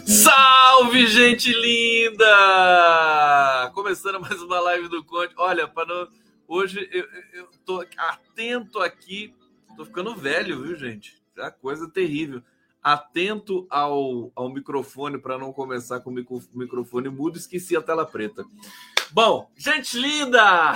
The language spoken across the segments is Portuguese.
Salve, gente linda! Começando mais uma live do Conde. Olha, hoje eu tô atento aqui. Tô ficando velho, viu, gente? É uma coisa terrível. Atento ao microfone para não começar com o microfone mudo. Esqueci a tela preta. Bom, gente linda!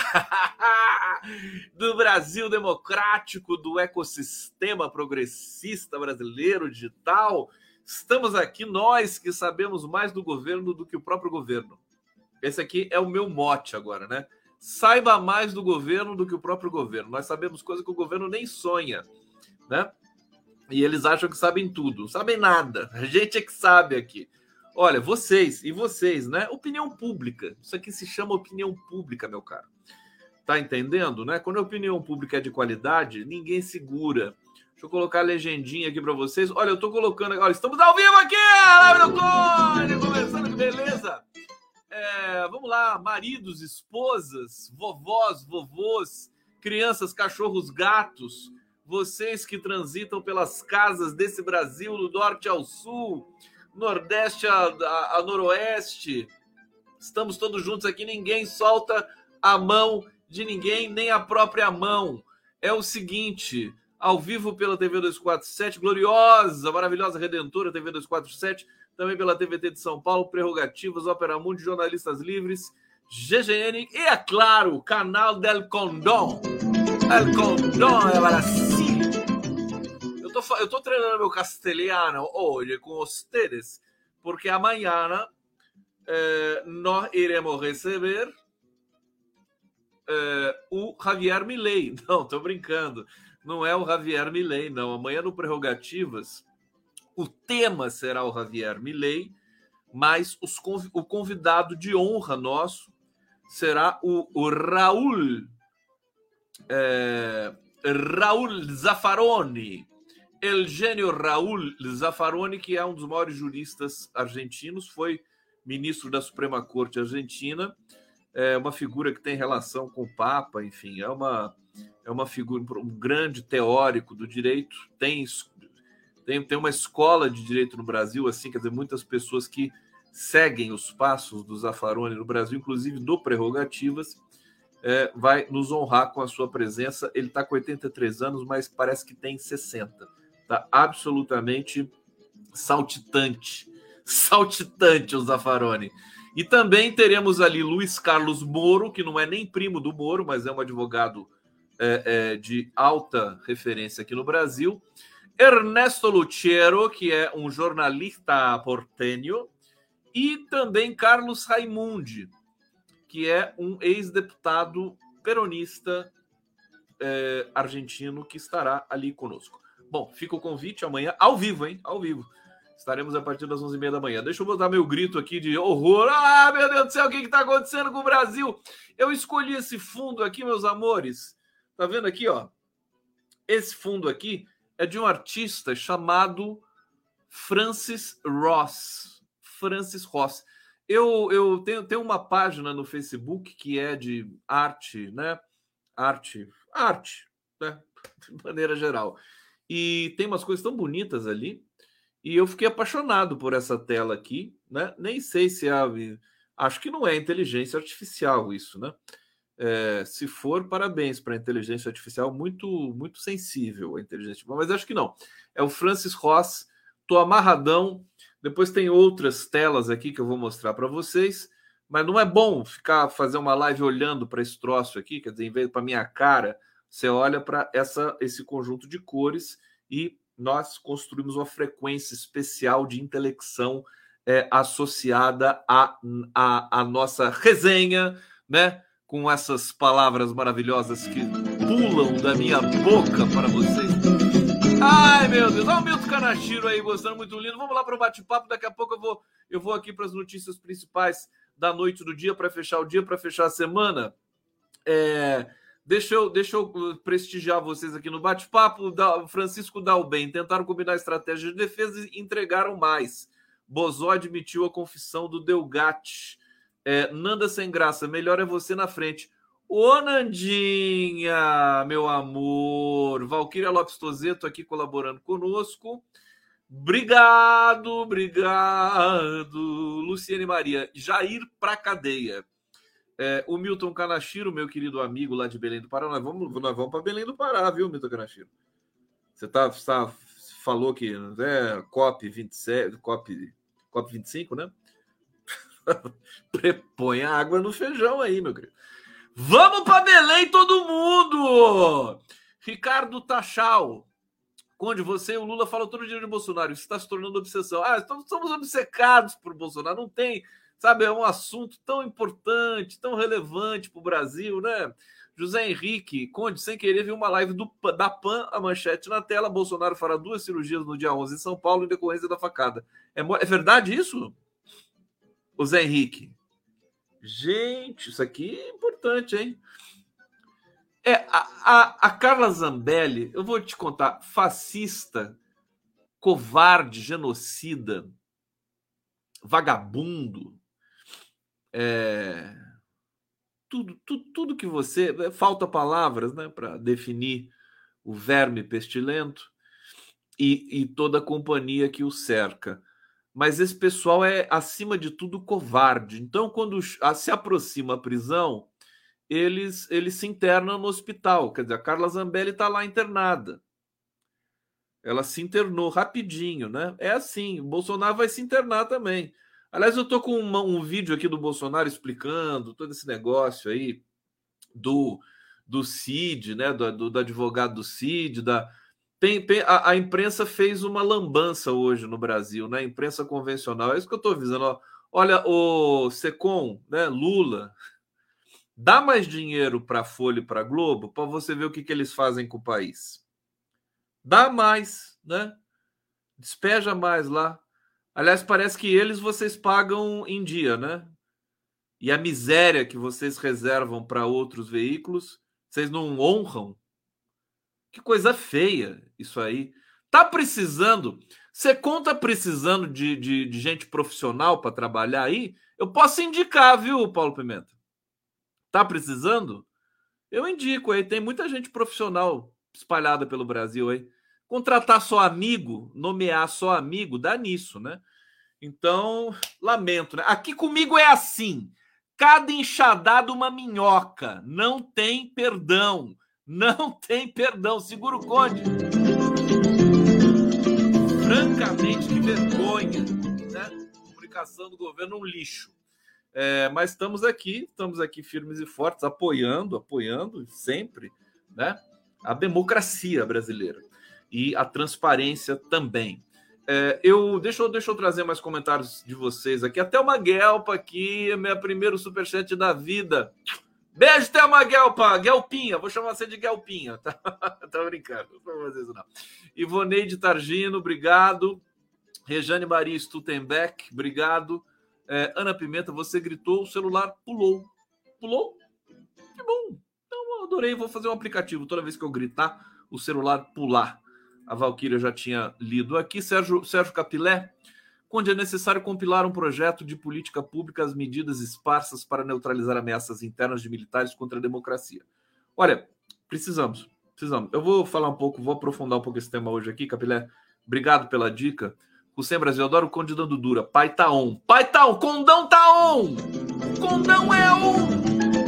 Do Brasil democrático, do ecossistema progressista brasileiro digital. Estamos aqui, nós que sabemos mais do governo do que o próprio governo. Esse aqui é o meu mote agora, né? Saiba mais do governo do que o próprio governo. Nós sabemos coisas que o governo nem sonha, né? E eles acham que sabem tudo. Não sabem nada. A gente é que sabe aqui. Olha, vocês, né? Opinião pública. Isso aqui se chama opinião pública, meu caro. Tá entendendo, né? Quando a opinião pública é de qualidade, ninguém segura. Deixa eu colocar a legendinha aqui para vocês. Olha, eu tô colocando... Olha, estamos ao vivo aqui! Live do Conde! Conversando, que beleza! Vamos lá, maridos, esposas, vovós, vovôs, crianças, cachorros, gatos, vocês que transitam pelas casas desse Brasil, do norte ao sul, nordeste a noroeste. Estamos todos juntos aqui, ninguém solta a mão de ninguém, nem a própria mão. É o seguinte... Ao vivo pela TV 247, gloriosa, maravilhosa, redentora TV 247, também pela TVT de São Paulo, Prerrogativas, Ópera Mundi, Jornalistas Livres, GGN e, é claro, canal del Condom. El Condom é Brasil. Eu tô treinando meu castelhano hoje com vocês, porque amanhã nós iremos receber o Javier Milei. Não, tô brincando. Não é o Javier Milei, não. Amanhã no Prerrogativas, o tema será o Javier Milei, mas o convidado de honra nosso será o Raul Zaffaroni, El gênio Raul Zaffaroni, que é um dos maiores juristas argentinos, foi ministro da Suprema Corte Argentina, é uma figura que tem relação com o Papa, enfim, é uma figura, um grande teórico do direito, tem uma escola de direito no Brasil, assim, quer dizer, muitas pessoas que seguem os passos do Zaffaroni no Brasil, inclusive do Prerrogativas, vai nos honrar com a sua presença. Ele está com 83 anos, mas parece que tem 60. Está absolutamente saltitante o Zaffaroni. E também teremos ali Luiz Carlos Moro, que não é nem primo do Moro, mas é um advogado de alta referência aqui no Brasil. Ernesto Lucero, que é um jornalista porteño. E também Carlos Raimundi, que é um ex-deputado peronista argentino que estará ali conosco. Bom, fica o convite amanhã, ao vivo, hein? Ao vivo. Estaremos a partir das 11h30 da manhã. Deixa eu botar meu grito aqui de horror. Ah, meu Deus do céu, o que está acontecendo com o Brasil? Eu escolhi esse fundo aqui, meus amores. Tá vendo aqui, ó? Esse fundo aqui é de um artista chamado Francis Ross. Eu tenho uma página no Facebook que é de arte, né? Arte, né? De maneira geral. E tem umas coisas tão bonitas ali. E eu fiquei apaixonado por essa tela aqui, né? Nem sei se acho que não é inteligência artificial isso, né? Se for, parabéns para a inteligência artificial, muito, muito sensível a inteligência artificial, mas acho que não. É o Francis Ross, tô amarradão. Depois tem outras telas aqui que eu vou mostrar para vocês, mas não é bom fazer uma live olhando para esse troço aqui, quer dizer, em vez para minha cara, você olha para esse conjunto de cores e nós construímos uma frequência especial de intelecção associada à nossa resenha, né? Com essas palavras maravilhosas que pulam da minha boca para vocês. Ai, meu Deus. Olha o Milton Kanashiro aí, gostando, muito lindo. Vamos lá para o bate-papo. Daqui a pouco eu vou aqui para as notícias principais da noite do dia, para fechar o dia, para fechar a semana. Deixa eu prestigiar vocês aqui no bate-papo. Francisco Dalben. Tentaram combinar estratégia de defesa e entregaram mais. Bozó admitiu a confissão do Delgatti. Nanda sem graça, melhor é você na frente. Ô, Nandinha, meu amor. Valquíria Lopes Tozeto aqui colaborando conosco. Obrigado. Luciane Maria. Jair pra cadeia. O Milton Kanashiro, meu querido amigo lá de Belém do Pará, nós vamos para Belém do Pará, viu, Milton Kanashiro? Você falou que COP 27, COP 25, né? Põe a água no feijão aí, meu querido. Vamos para Belém, todo mundo! Ricardo Tachau. Conde, você e o Lula falam todo dia de Bolsonaro. Isso está se tornando obsessão. Somos obcecados por Bolsonaro. Não tem, sabe, é um assunto tão importante, tão relevante para o Brasil, né? José Henrique, Conde, sem querer, viu uma live da PAN, a manchete na tela. Bolsonaro fará 2 cirurgias no dia 11 em São Paulo em decorrência da facada. É verdade isso? O Zé Henrique. Gente, isso aqui é importante, hein? A Carla Zambelli, eu vou te contar, fascista, covarde, genocida, vagabundo, tudo que você... Falta palavras, né, para definir o verme pestilento e toda a companhia que o cerca. Mas esse pessoal é, acima de tudo, covarde. Então, quando se aproxima a prisão, eles se internam no hospital. Quer dizer, a Carla Zambelli está lá internada. Ela se internou rapidinho, né? É assim, o Bolsonaro vai se internar também. Aliás, eu tô com um vídeo aqui do Bolsonaro explicando todo esse negócio aí do Cid, né? Do advogado do Cid, a imprensa fez uma lambança hoje no Brasil, né? A imprensa convencional. É isso que eu estou avisando. Ó. Olha, o Secom, né? Lula, dá mais dinheiro para a Folha e para a Globo para você ver o que eles fazem com o país. Dá mais, né? Despeja mais lá. Aliás, parece que vocês pagam em dia, né? E a miséria que vocês reservam para outros veículos, vocês não honram. Que coisa feia isso aí. Tá precisando... Você conta precisando de gente profissional para trabalhar aí? Eu posso indicar, viu, Paulo Pimenta? Tá precisando? Eu indico aí. Tem muita gente profissional espalhada pelo Brasil aí. Contratar só amigo, nomear só amigo, dá nisso, né? Então, lamento, né? Aqui comigo é assim. Cada enxadada uma minhoca. Não tem perdão. Não tem perdão. Segura o Conde. Francamente, que vergonha, né? Comunicação do governo um lixo. Mas estamos aqui firmes e fortes, apoiando sempre, né? A democracia brasileira e a transparência também. Deixa eu trazer mais comentários de vocês aqui. Até uma Guelpa aqui, meu primeiro superchat da vida. Beijo, Thelma Guelpa, Guelpinha, vou chamar você de Guelpinha, tá? Tá brincando, não vou fazer isso não. Ivoneide Targino, obrigado. Rejane Maria Stutenbeck, obrigado. Ana Pimenta, você gritou, o celular pulou. Pulou? Que bom. Então, eu adorei, vou fazer um aplicativo. Toda vez que eu gritar, o celular pular. A Valquíria já tinha lido aqui. Sérgio Capilé, onde é necessário compilar um projeto de política pública, as medidas esparsas para neutralizar ameaças internas de militares contra a democracia. Olha, precisamos. Eu vou falar um pouco, vou aprofundar um pouco esse tema hoje aqui, Capilé. Obrigado pela dica. O Sem Brasil, eu adoro o Conde dando dura. Pai tá on. Condão tá on. Condão é on.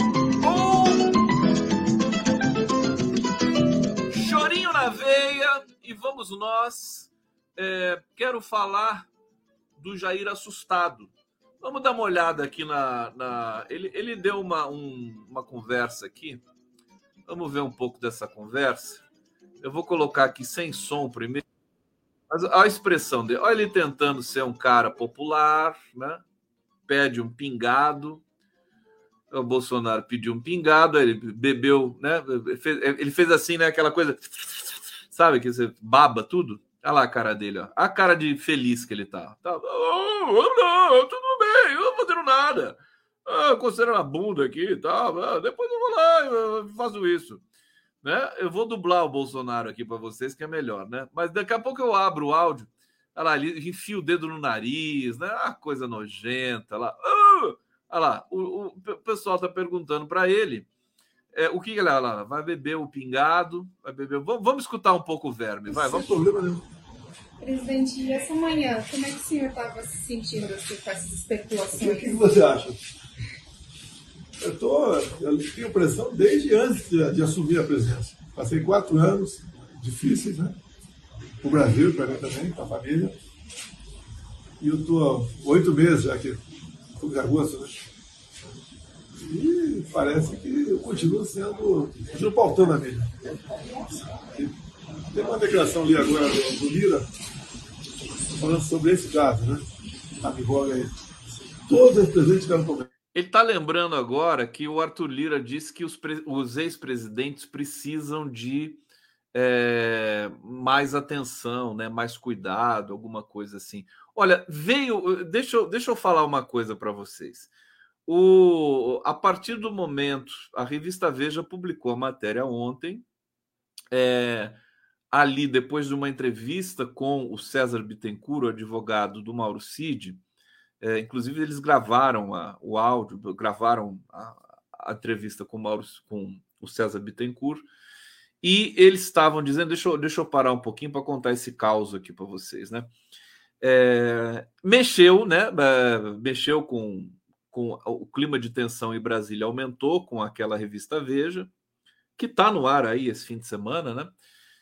Chorinho na veia. E vamos nós. Quero falar do Jair assustado. Vamos dar uma olhada aqui Ele deu uma conversa aqui. Vamos ver um pouco dessa conversa. Eu vou colocar aqui sem som primeiro. Mas a expressão dele, olha ele tentando ser um cara popular, né? Pede um pingado. O Bolsonaro pediu um pingado, ele bebeu, né? Ele fez assim, né? Aquela coisa, sabe, que você baba tudo. Olha lá a cara dele, ó. A cara de feliz que ele tá. Não, tudo bem, eu não tô fazendo nada. Considero a bunda aqui e tal. Depois eu vou lá, eu faço isso. Né? Eu vou dublar o Bolsonaro aqui para vocês, que é melhor, né? Mas daqui a pouco eu abro o áudio. Olha lá, ele enfia o dedo no nariz, né? Coisa nojenta. Olha lá, o pessoal tá perguntando para ele o que ele vai beber o pingado, vai beber. Vamos escutar um pouco o verme, vai. Vamos. Sem problema nenhum. Presidente, e essa manhã, como é que o senhor estava se sentindo assim, com essas especulações? O que você acha? Eu tenho pressão desde antes de assumir a presidência. Passei 4 anos difíceis, né? Para o Brasil, para mim também, para a família. E eu estou 8 meses já aqui, de agosto, né? E parece que eu continuo pautando a mídia. Tem uma declaração ali agora do Lira, falando sobre esse caso, né? Tá me envolve aí. Todos os presidentes tiveram problema. Ele está lembrando agora que o Arthur Lira disse que os ex-presidentes precisam de mais atenção, né? Mais cuidado, alguma coisa assim. Olha, deixa eu falar uma coisa para vocês. A partir do momento, a revista Veja publicou a matéria ontem, ali depois de uma entrevista com o César Bittencourt, o advogado do Mauro Cid. Inclusive, eles gravaram o áudio, gravaram a entrevista com o César Bittencourt, e eles estavam dizendo, deixa eu parar um pouquinho para contar esse caos aqui para vocês, né? Mexeu com o clima de tensão em Brasília, aumentou com aquela revista Veja, que está no ar aí esse fim de semana, né?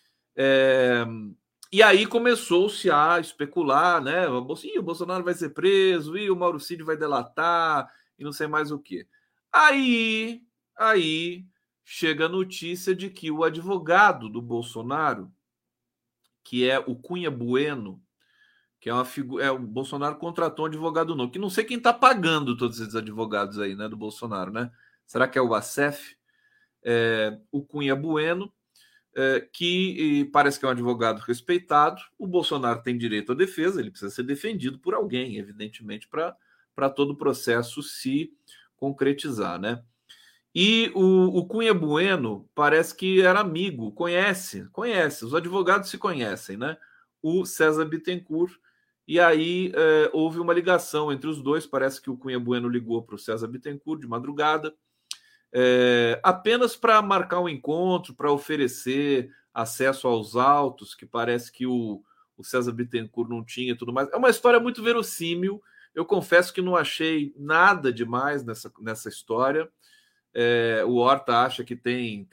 E aí começou-se a especular, né? O Bolsonaro vai ser preso, e o Mauro Cid vai delatar, e não sei mais o quê. Aí chega a notícia de que o advogado do Bolsonaro, que é o Cunha Bueno, que é uma figura. O Bolsonaro contratou um advogado novo, que não sei quem está pagando todos esses advogados aí, né, do Bolsonaro, né? Será que é o ACEF? O Cunha Bueno, que parece que é um advogado respeitado. O Bolsonaro tem direito à defesa, ele precisa ser defendido por alguém, evidentemente, para todo o processo se concretizar, né? E o Cunha Bueno parece que era amigo, conhece, os advogados se conhecem, né? O César Bittencourt, e aí houve uma ligação entre os dois, parece que o Cunha Bueno ligou para o César Bittencourt de madrugada, apenas para marcar um encontro, para oferecer acesso aos autos, que parece que o César Bittencourt não tinha e tudo mais. É uma história muito verossímil, eu confesso que não achei nada demais nessa história. O Horta acha que tem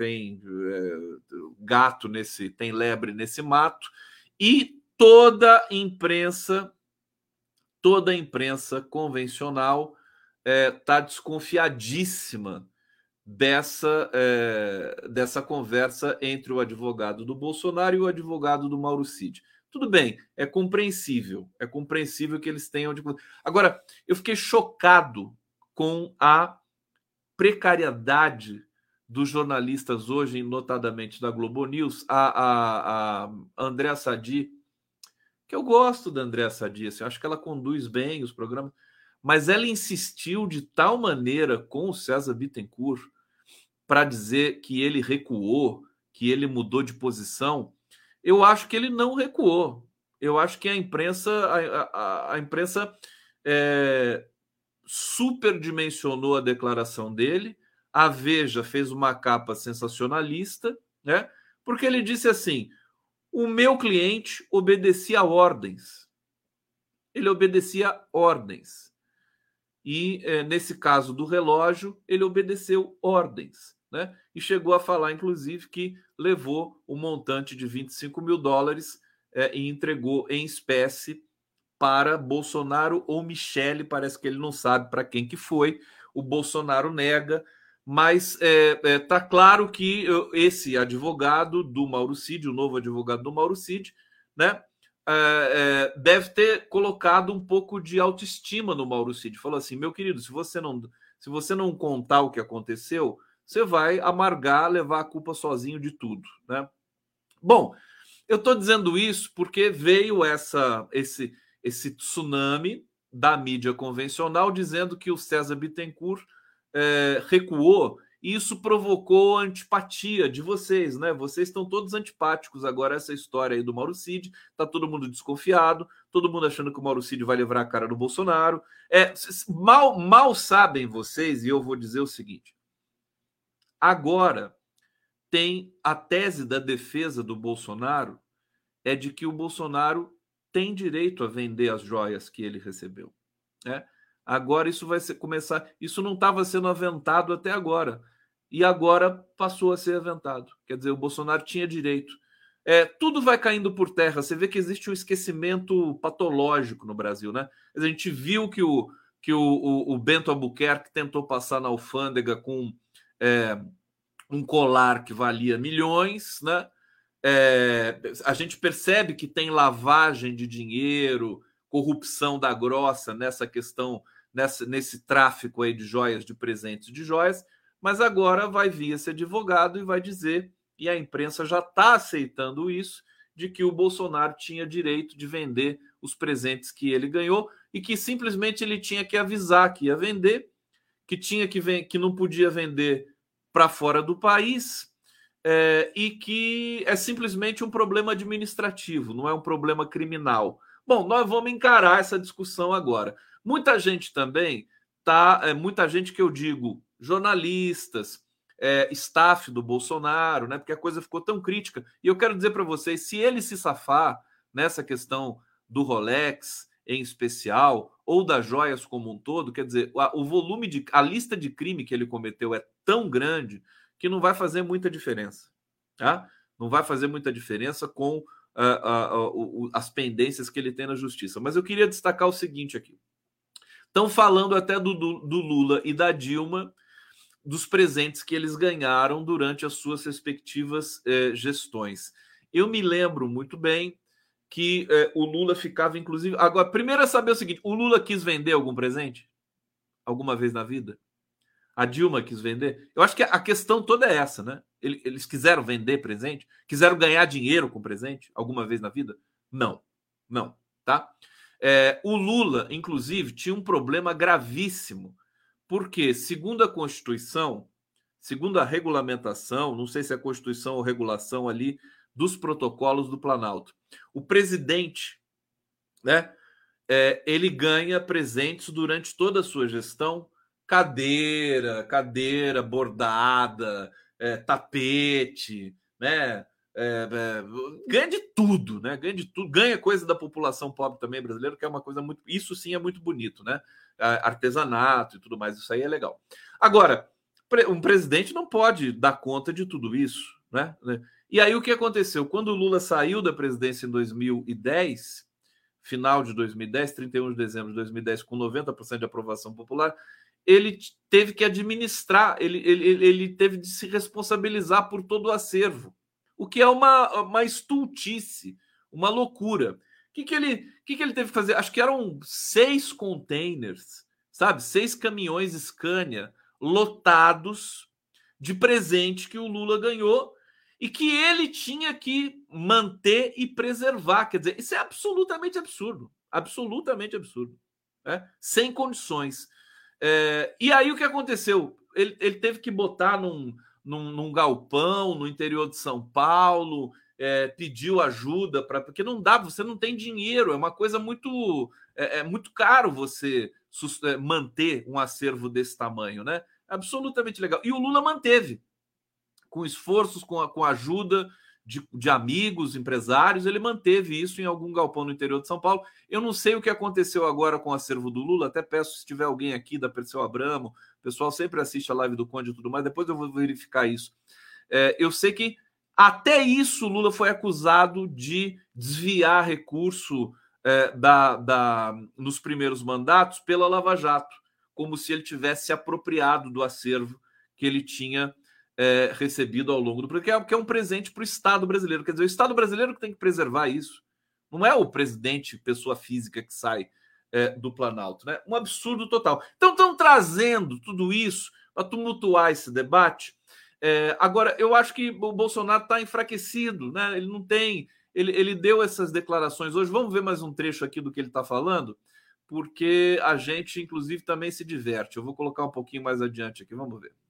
gato tem lebre nesse mato, e toda a imprensa convencional está desconfiadíssima dessa conversa entre o advogado do Bolsonaro e o advogado do Mauro Cid. Tudo bem, é compreensível que eles tenham... Agora, eu fiquei chocado com a precariedade dos jornalistas hoje, notadamente da Globo News, a Andréa Sadi, que eu gosto da Andréa Sadi, assim, acho que ela conduz bem os programas, mas ela insistiu de tal maneira com o César Bittencourt para dizer que ele recuou, que ele mudou de posição. Eu acho que ele não recuou. Eu acho que a imprensa superdimensionou a declaração dele. A Veja fez uma capa sensacionalista, né? Porque ele disse assim: o meu cliente obedecia ordens. Ele obedecia ordens. E nesse caso do relógio, ele obedeceu ordens, né? E chegou a falar, inclusive, que levou o montante de $25 mil e entregou em espécie para Bolsonaro ou Michele. Parece que ele não sabe para quem que foi. O Bolsonaro nega, mas tá claro que esse advogado do Mauro Cid, o novo advogado do Mauro Cid, né, deve ter colocado um pouco de autoestima no Mauro Cid. Falou assim: meu querido, se você não contar o que aconteceu, você vai amargar, levar a culpa sozinho de tudo, né? Bom, eu estou dizendo isso porque veio esse tsunami da mídia convencional dizendo que o César Bittencourt recuou, e isso provocou a antipatia de vocês, né? Vocês estão todos antipáticos agora a essa história aí do Mauro Cid, tá todo mundo desconfiado, todo mundo achando que o Mauro Cid vai levar a cara do Bolsonaro. Mal sabem vocês, e eu vou dizer o seguinte: agora tem a tese da defesa do Bolsonaro, é de que o Bolsonaro tem direito a vender as joias que ele recebeu, né? Agora isso vai começar. Isso não estava sendo aventado até agora. E agora passou a ser aventado. Quer dizer, o Bolsonaro tinha direito. Tudo vai caindo por terra. Você vê que existe um esquecimento patológico no Brasil, né? A gente viu que o Bento Albuquerque tentou passar na alfândega com um colar que valia milhões, né? A gente percebe que tem lavagem de dinheiro, corrupção da grossa nessa questão, nesse tráfico aí de joias, de presentes de joias, mas agora vai vir esse advogado e vai dizer, e a imprensa já está aceitando isso, de que o Bolsonaro tinha direito de vender os presentes que ele ganhou e que simplesmente ele tinha que avisar que ia vender, que não podia vender para fora do país, e que é simplesmente um problema administrativo, não é um problema criminal. Bom, nós vamos encarar essa discussão agora. Muita gente também muita gente que eu digo, jornalistas, staff do Bolsonaro, né? Porque a coisa ficou tão crítica. E eu quero dizer para vocês, se ele se safar nessa questão do Rolex em especial, ou das joias como um todo, quer dizer, o volume a lista de crime que ele cometeu é tão grande que não vai fazer muita diferença, tá? Não vai fazer muita diferença com as pendências que ele tem na justiça. Mas eu queria destacar o seguinte aqui. Estão falando até do Lula e da Dilma, dos presentes que eles ganharam durante as suas respectivas gestões. Eu me lembro muito bem que o Lula ficava, inclusive... Agora, primeiro é saber o seguinte, o Lula quis vender algum presente? Alguma vez na vida? A Dilma quis vender? Eu acho que a questão toda é essa, né? Eles quiseram vender presente? Quiseram ganhar dinheiro com presente alguma vez na vida? Não, tá? O Lula, inclusive, tinha um problema gravíssimo, porque, segundo a Constituição, segundo a regulamentação, não sei se é Constituição ou regulação ali, dos protocolos do Planalto, o presidente, né, ele ganha presentes durante toda a sua gestão, cadeira bordada, tapete, né? Ganha de tudo, né? Ganha coisa da população pobre também brasileira, que é uma coisa muito... Isso sim é muito bonito, né? Artesanato e tudo mais, isso aí é legal. Agora, um presidente não pode dar conta de tudo isso, né? E aí o que aconteceu? Quando o Lula saiu da presidência em 2010, final de 2010, 31 de dezembro de 2010, com 90% de aprovação popular, ele teve que administrar, ele teve de se responsabilizar por todo o acervo, o que é uma estultice, uma loucura. O que ele teve que fazer? Acho que eram 6 containers, sabe? 6 caminhões Scania lotados de presente que o Lula ganhou e que ele tinha que manter e preservar. Quer dizer, isso é absolutamente absurdo. Absolutamente absurdo. Né? Sem condições. E aí o que aconteceu? Ele teve que botar num galpão no interior de São Paulo, pediu ajuda, porque não dá, você não tem dinheiro, é uma coisa muito... É muito caro você manter um acervo desse tamanho, né? Absolutamente legal. E o Lula manteve, com esforços, com a ajuda de amigos, empresários, ele manteve isso em algum galpão no interior de São Paulo. Eu não sei o que aconteceu agora com o acervo do Lula, até peço se tiver alguém aqui da Perseu Abramo, o pessoal sempre assiste a live do Conde e tudo mais, depois eu vou verificar isso. Eu sei que até isso o Lula foi acusado de desviar recurso nos primeiros mandatos pela Lava Jato, como se ele tivesse se apropriado do acervo que ele tinha recebido ao longo do... Porque é um presente para o Estado brasileiro. Quer dizer, o Estado brasileiro que tem que preservar isso. Não é o presidente, pessoa física, que sai do Planalto. Né? Um absurdo total. Então, estão trazendo tudo isso para tumultuar esse debate. Agora, eu acho que o Bolsonaro está enfraquecido. Né? Ele não tem... Ele deu essas declarações hoje. Vamos ver mais um trecho aqui do que ele está falando, porque a gente, inclusive, também se diverte. Eu vou colocar um pouquinho mais adiante aqui. Vamos ver.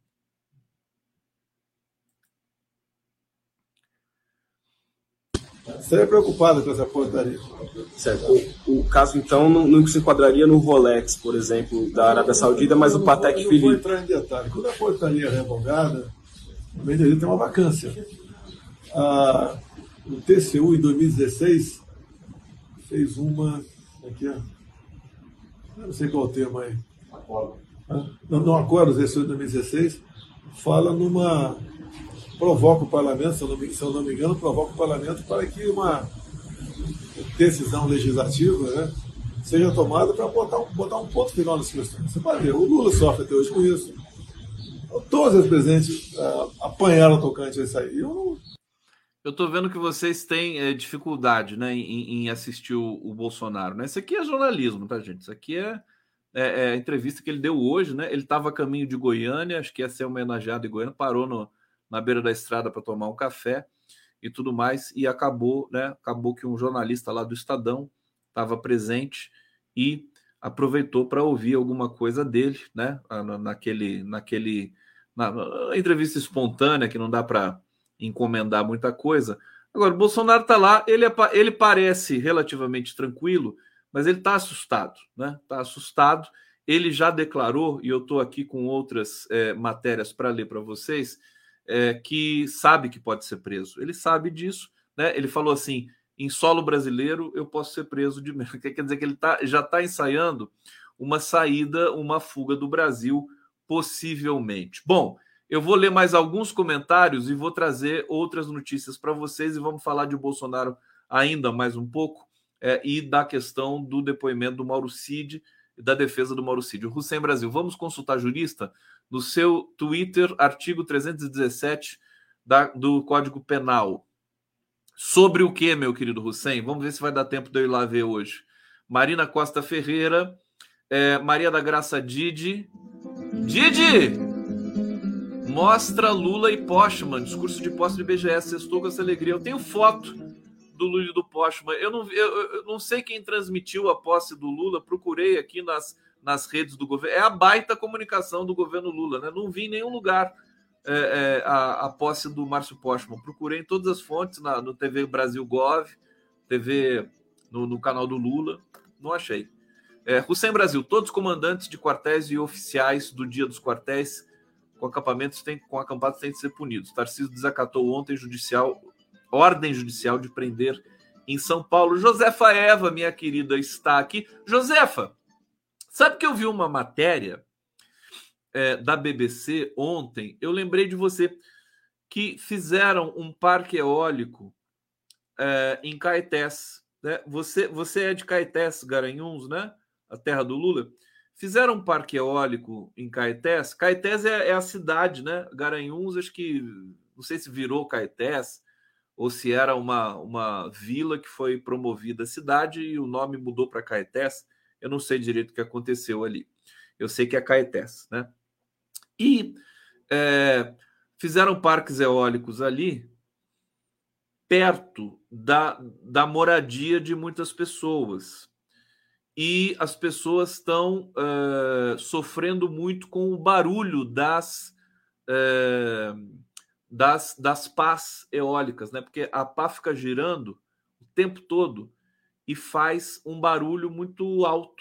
Você é preocupado com essa portaria? Certo. O caso, então, não se enquadraria no Rolex, por exemplo, da Arábia Saudita, mas o Patek Philippe. Eu vou entrar em detalhe. Quando a portaria é revogada, o vendedor tem uma vacância. O TCU, em 2016, fez uma. Aqui, ó. Eu não sei qual o termo aí. No acordo desse de 2016, fala numa. Provoca o parlamento, se eu não me engano, provoca o parlamento para que uma decisão legislativa, né, seja tomada para botar um ponto final nessa questão. Você pode ver, o Lula sofre até hoje com isso. Todos os presidentes apanharam tocante a isso aí. Eu estou vendo que vocês têm dificuldade, né, em assistir o Bolsonaro. Né? Isso aqui é jornalismo, tá, gente? Isso aqui é a entrevista que ele deu hoje. Né? Ele estava a caminho de Goiânia, acho que ia ser homenageado em Goiânia, parou na beira da estrada para tomar um café e tudo mais, e acabou que um jornalista lá do Estadão estava presente e aproveitou para ouvir alguma coisa dele, né? Na entrevista espontânea, que não dá para encomendar muita coisa. Agora, o Bolsonaro está lá, ele parece relativamente tranquilo, mas ele está assustado, né? Está assustado. Ele já declarou, e eu estou aqui com outras matérias para ler para vocês, que sabe que pode ser preso. Ele sabe disso, né? Ele falou assim: em solo brasileiro eu posso ser preso de mesmo. Quer dizer que ele já está ensaiando uma saída, uma fuga do Brasil, possivelmente. Bom, eu vou ler mais alguns comentários e vou trazer outras notícias para vocês e vamos falar de Bolsonaro ainda mais um pouco e da questão do depoimento do Mauro Cid e da defesa do Mauro Cid. O Hussein Brasil, vamos consultar jurista? No seu Twitter, artigo 317 do Código Penal. Sobre o que, meu querido Hussein? Vamos ver se vai dar tempo de eu ir lá ver hoje. Marina Costa Ferreira, Maria da Graça Didi. Didi! Mostra Lula e Postman, discurso de posse do IBGE, sextou com essa alegria. Eu tenho foto do Lula e do Postman. Eu não sei quem transmitiu a posse do Lula, procurei aqui nas redes do governo. É a baita comunicação do governo Lula, né? Não vi em nenhum lugar a posse do Márcio Postman. Procurei em todas as fontes, no TV Brasil Gov, TV no canal do Lula, não achei. Hussein Brasil, todos os comandantes de quartéis e oficiais do Dia dos Quartéis com acampados têm de ser punidos. Tarcísio desacatou ontem ordem judicial de prender em São Paulo. Josefa Eva, minha querida, está aqui. Josefa, sabe que eu vi uma matéria da BBC ontem? Eu lembrei de você, que fizeram um parque eólico em Caetés. Né? Você é de Caetés, Garanhuns, né? A terra do Lula. Fizeram um parque eólico em Caetés. Caetés é a cidade, né? Garanhuns, acho que, não sei se virou Caetés ou se era uma vila que foi promovida à cidade e o nome mudou para Caetés. Eu não sei direito o que aconteceu ali. Eu sei que é Caetés, né? E fizeram parques eólicos ali perto da moradia de muitas pessoas. E as pessoas estão sofrendo muito com o barulho das pás eólicas, né? Porque a pá fica girando o tempo todo e faz um barulho muito alto.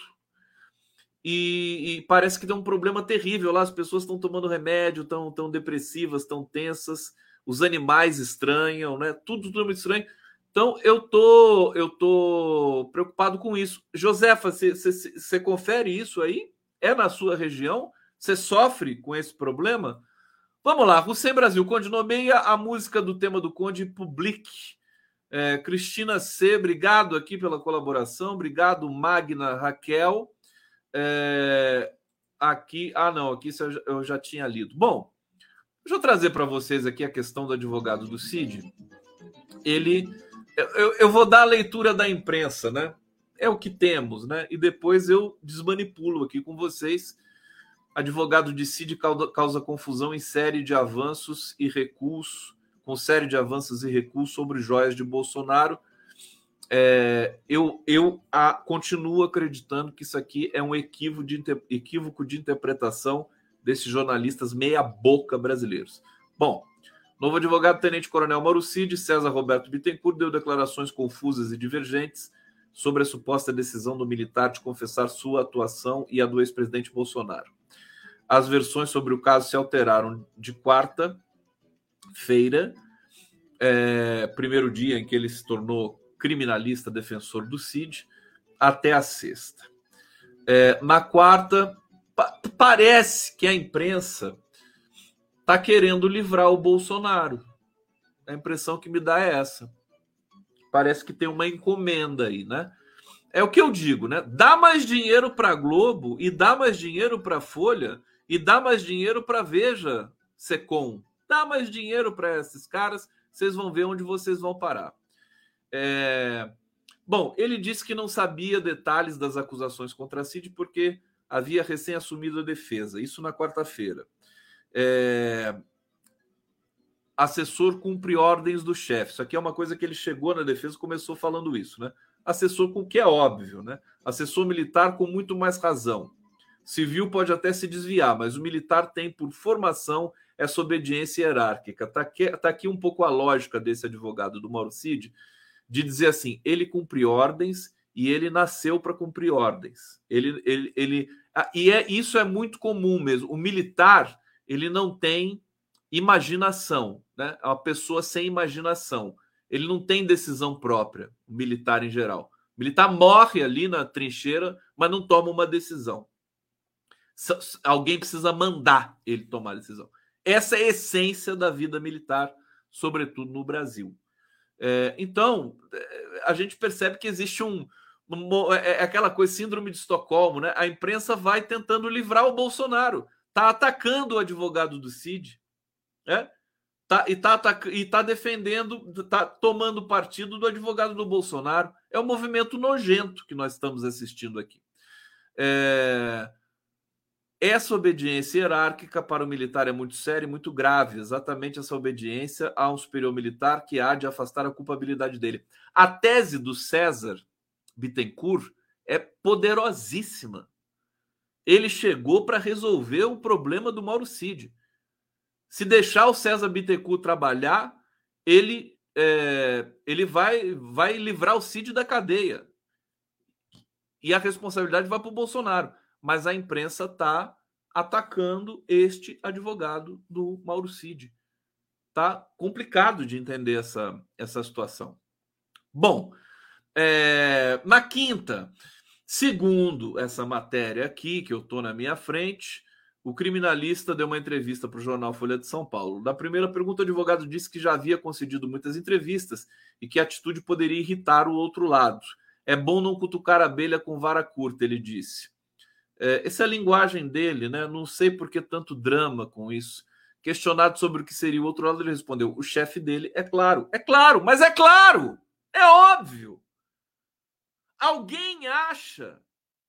E parece que tem um problema terrível lá. As pessoas estão tomando remédio, estão depressivas, estão tensas, os animais estranham, né? Tudo muito estranho. Então, eu tô preocupado com isso. Josefa, você confere isso aí? É na sua região? Você sofre com esse problema? Vamos lá, Hussein Brasil, Conde nomeia a música do tema do Conde Public. Cristina C, obrigado aqui pela colaboração. Obrigado, Magna Raquel. Aqui isso eu já tinha lido. Bom, deixa eu trazer para vocês aqui a questão do advogado do Cid. Eu vou dar a leitura da imprensa, né? É o que temos, né? E depois eu desmanipulo aqui com vocês. Advogado de Cid causa confusão em série de avanços e recuos, sobre joias de Bolsonaro. Eu continuo acreditando que isso aqui é um equívoco de interpretação desses jornalistas meia-boca brasileiros. Bom, novo advogado, tenente-coronel Mauro Cid, César Roberto Bittencourt, deu declarações confusas e divergentes sobre a suposta decisão do militar de confessar sua atuação e a do ex-presidente Bolsonaro. As versões sobre o caso se alteraram de quarta-feira, primeiro dia em que ele se tornou criminalista defensor do Cid, até a sexta. Na quarta, parece que a imprensa está querendo livrar o Bolsonaro. A impressão que me dá é essa. Parece que tem uma encomenda aí, né? É o que eu digo, né? Dá mais dinheiro para a Globo e dá mais dinheiro para a Folha e dá mais dinheiro para Veja, Secom. Dá mais dinheiro para esses caras, vocês vão ver onde vocês vão parar. Bom, ele disse que não sabia detalhes das acusações contra a Cid porque havia recém-assumido a defesa. Isso na quarta-feira. Assessor cumpre ordens do chefe. Isso aqui é uma coisa que ele chegou na defesa e começou falando isso, né? Assessor com que é óbvio, né? Assessor militar com muito mais razão. Civil pode até se desviar, mas o militar tem por formação essa obediência hierárquica. Tá aqui um pouco a lógica desse advogado do Mauro Cid, de dizer assim, ele cumpre ordens e ele nasceu para cumprir ordens. Isso é muito comum mesmo. O militar, ele não tem imaginação, né? É uma pessoa sem imaginação. Ele não tem decisão própria, o militar em geral. O militar morre ali na trincheira, mas não toma uma decisão. Alguém precisa mandar ele tomar a decisão. Essa é a essência da vida militar, sobretudo no Brasil. Então, a gente percebe que existe aquela coisa, síndrome de Estocolmo, né? A imprensa vai tentando livrar o Bolsonaro. Está atacando o advogado do Cid, né? Tá defendendo, tá tomando partido do advogado do Bolsonaro. É um movimento nojento que nós estamos assistindo aqui. Essa obediência hierárquica para o militar é muito séria e muito grave. Exatamente essa obediência a um superior militar que há de afastar a culpabilidade dele. A tese do César Bittencourt é poderosíssima. Ele chegou para resolver o problema do Mauro Cid. Se deixar o César Bittencourt trabalhar, ele vai livrar o Cid da cadeia. E a responsabilidade vai para o Bolsonaro. Mas a imprensa está atacando este advogado do Mauro Cid. Está complicado de entender essa situação. Bom, na quinta, segundo essa matéria aqui, que eu estou na minha frente, o criminalista deu uma entrevista para o jornal Folha de São Paulo. Na primeira pergunta, o advogado disse que já havia concedido muitas entrevistas e que a atitude poderia irritar o outro lado. É bom não cutucar a abelha com vara curta, ele disse. Essa é a linguagem dele, né? Não sei por que tanto drama com isso. Questionado sobre o que seria o outro lado, ele respondeu: o chefe dele é claro, mas é claro, é óbvio. Alguém acha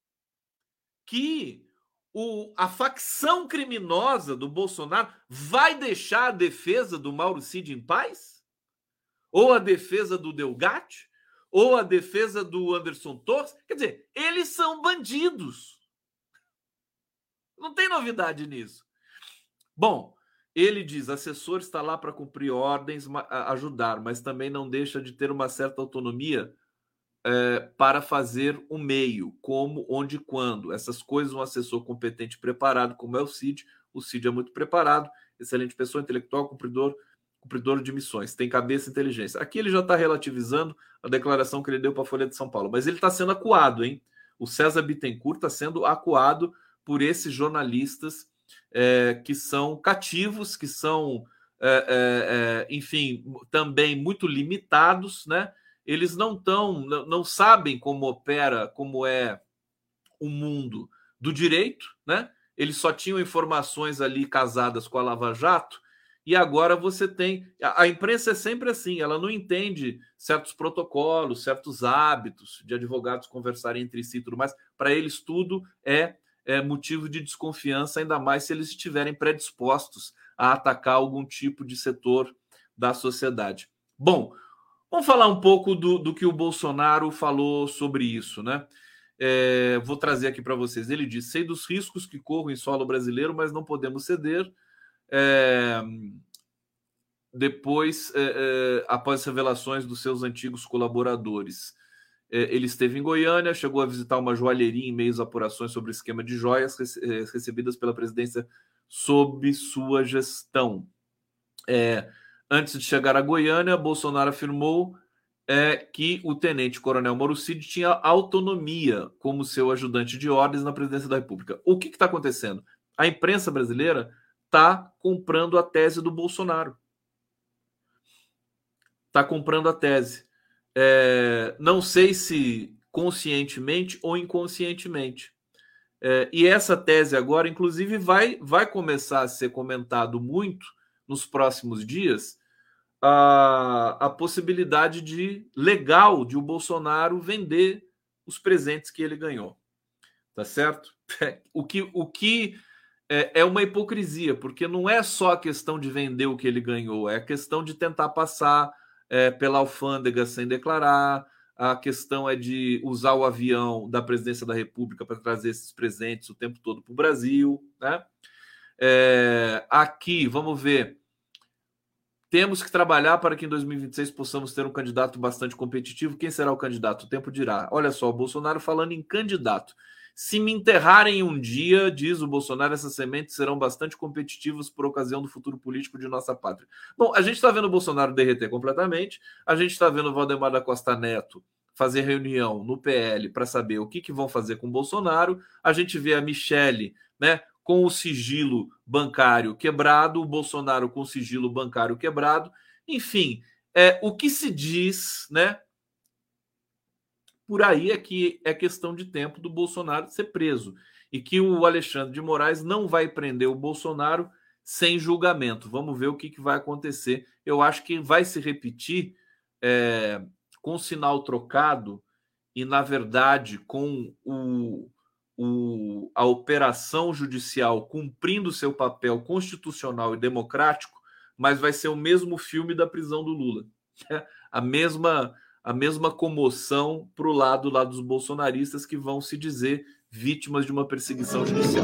que a facção criminosa do Bolsonaro vai deixar a defesa do Mauro Cid em paz? Ou a defesa do Delgatti? Ou a defesa do Anderson Torres? Quer dizer, eles são bandidos. Não tem novidade nisso. Bom, ele diz, assessor está lá para cumprir ordens, ajudar, mas também não deixa de ter uma certa autonomia para fazer o meio, como, onde e quando. Essas coisas, um assessor competente e preparado, como é o Cid é muito preparado, excelente pessoa, intelectual, cumpridor de missões, tem cabeça e inteligência. Aqui ele já está relativizando a declaração que ele deu para a Folha de São Paulo, mas ele está sendo acuado, hein? O César Bittencourt está sendo acuado por esses jornalistas que são cativos, que são, enfim, também muito limitados, né? Eles não sabem como opera, como é o mundo do direito, né? Eles só tinham informações ali casadas com a Lava Jato, e agora você tem... A imprensa é sempre assim, ela não entende certos protocolos, certos hábitos de advogados conversarem entre si e tudo mais. Para eles tudo é motivo de desconfiança, ainda mais se eles estiverem predispostos a atacar algum tipo de setor da sociedade. Bom, vamos falar um pouco do que o Bolsonaro falou sobre isso, né? Vou trazer aqui para vocês. Ele diz: sei dos riscos que corro em solo brasileiro, mas não podemos ceder. Depois, após as revelações dos seus antigos colaboradores, ele esteve em Goiânia, chegou a visitar uma joalheria em meio às apurações sobre o esquema de joias recebidas pela presidência sob sua gestão. Antes de chegar a Goiânia, Bolsonaro afirmou é que o tenente-coronel Mauro Cid tinha autonomia como seu ajudante de ordens na presidência da República. O que está acontecendo? A imprensa brasileira está comprando a tese do Bolsonaro. Está comprando a tese. Não sei se conscientemente ou inconscientemente. E essa tese agora, inclusive, vai começar a ser comentado muito nos próximos dias a possibilidade legal de o Bolsonaro vender os presentes que ele ganhou. Tá certo? O que é uma hipocrisia, porque não é só a questão de vender o que ele ganhou, é a questão de tentar passar pela alfândega sem declarar, a questão é de usar o avião da presidência da República para trazer esses presentes o tempo todo para o Brasil, né? Aqui, vamos ver, temos que trabalhar para que em 2026 possamos ter um candidato bastante competitivo. Quem será o candidato? O tempo dirá. Olha só, o Bolsonaro falando em candidato. Se me enterrarem um dia, diz o Bolsonaro, essas sementes serão bastante competitivas por ocasião do futuro político de nossa pátria. Bom, a gente está vendo o Bolsonaro derreter completamente, a gente está vendo o Valdemar da Costa Neto fazer reunião no PL para saber o que vão fazer com o Bolsonaro, a gente vê a Michelle, né, com o sigilo bancário quebrado, o Bolsonaro com o sigilo bancário quebrado, enfim, o que se diz, né? Por aí é que é questão de tempo do Bolsonaro ser preso e que o Alexandre de Moraes não vai prender o Bolsonaro sem julgamento. Vamos ver o que vai acontecer. Eu acho que vai se repetir com sinal trocado e, na verdade, com a operação judicial cumprindo seu papel constitucional e democrático, mas vai ser o mesmo filme da prisão do Lula. A mesma comoção para o lado lá dos bolsonaristas que vão se dizer vítimas de uma perseguição judicial.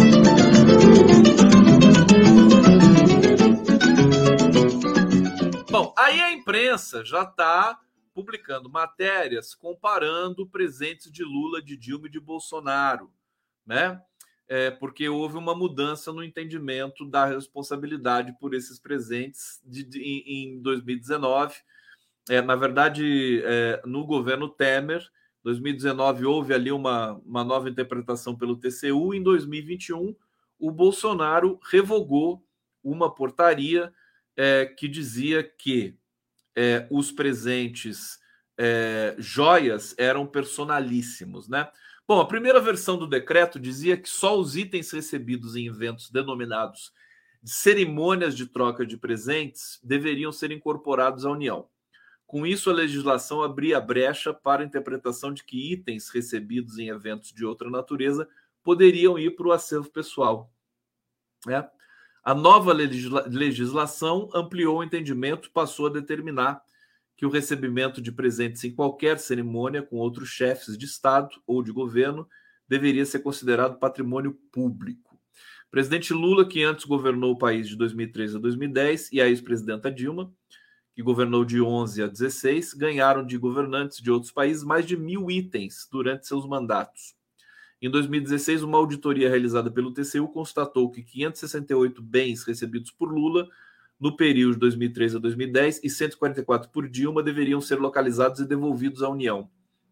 Bom, aí a imprensa já está publicando matérias comparando presentes de Lula, de Dilma e de Bolsonaro, né? Porque houve uma mudança no entendimento da responsabilidade por esses presentes em 2019. Na verdade, no governo Temer, 2019 houve ali uma nova interpretação pelo TCU. Em 2021, o Bolsonaro revogou uma portaria que dizia que os presentes joias eram personalíssimos, né? Bom, a primeira versão do decreto dizia que só os itens recebidos em eventos denominados de cerimônias de troca de presentes deveriam ser incorporados à União. Com isso, a legislação abria brecha para a interpretação de que itens recebidos em eventos de outra natureza poderiam ir para o acervo pessoal, né? A nova legislação ampliou o entendimento, passou a determinar que o recebimento de presentes em qualquer cerimônia com outros chefes de Estado ou de governo deveria ser considerado patrimônio público. O presidente Lula, que antes governou o país de 2003 a 2010, e a ex-presidenta Dilma, que governou de 11 a 16, ganharam de governantes de outros países mais de 1.000 itens durante seus mandatos. Em 2016, uma auditoria realizada pelo TCU constatou que 568 bens recebidos por Lula no período de 2003 a 2010 e 144 por Dilma deveriam ser localizados e devolvidos à União.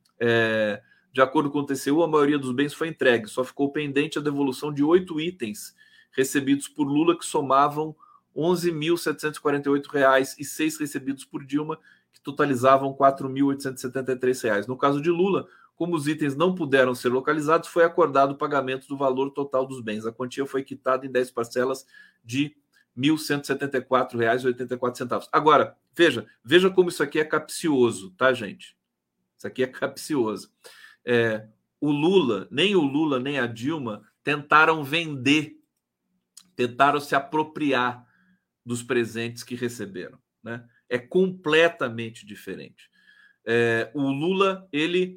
De acordo com o TCU, a maioria dos bens foi entregue, só ficou pendente a devolução de 8 itens recebidos por Lula, que somavam R$ 11.748, e 6 recebidos por Dilma, que totalizavam R$ 4.873. No caso de Lula, como os itens não puderam ser localizados, foi acordado o pagamento do valor total dos bens. A quantia foi quitada em 10 parcelas de R$ 1.174,84. Agora, veja como isso aqui é capcioso, tá, gente? Isso aqui é capcioso. O Lula, nem a Dilma tentaram vender, tentaram se apropriar dos presentes que receberam, né? É completamente diferente. O Lula, ele...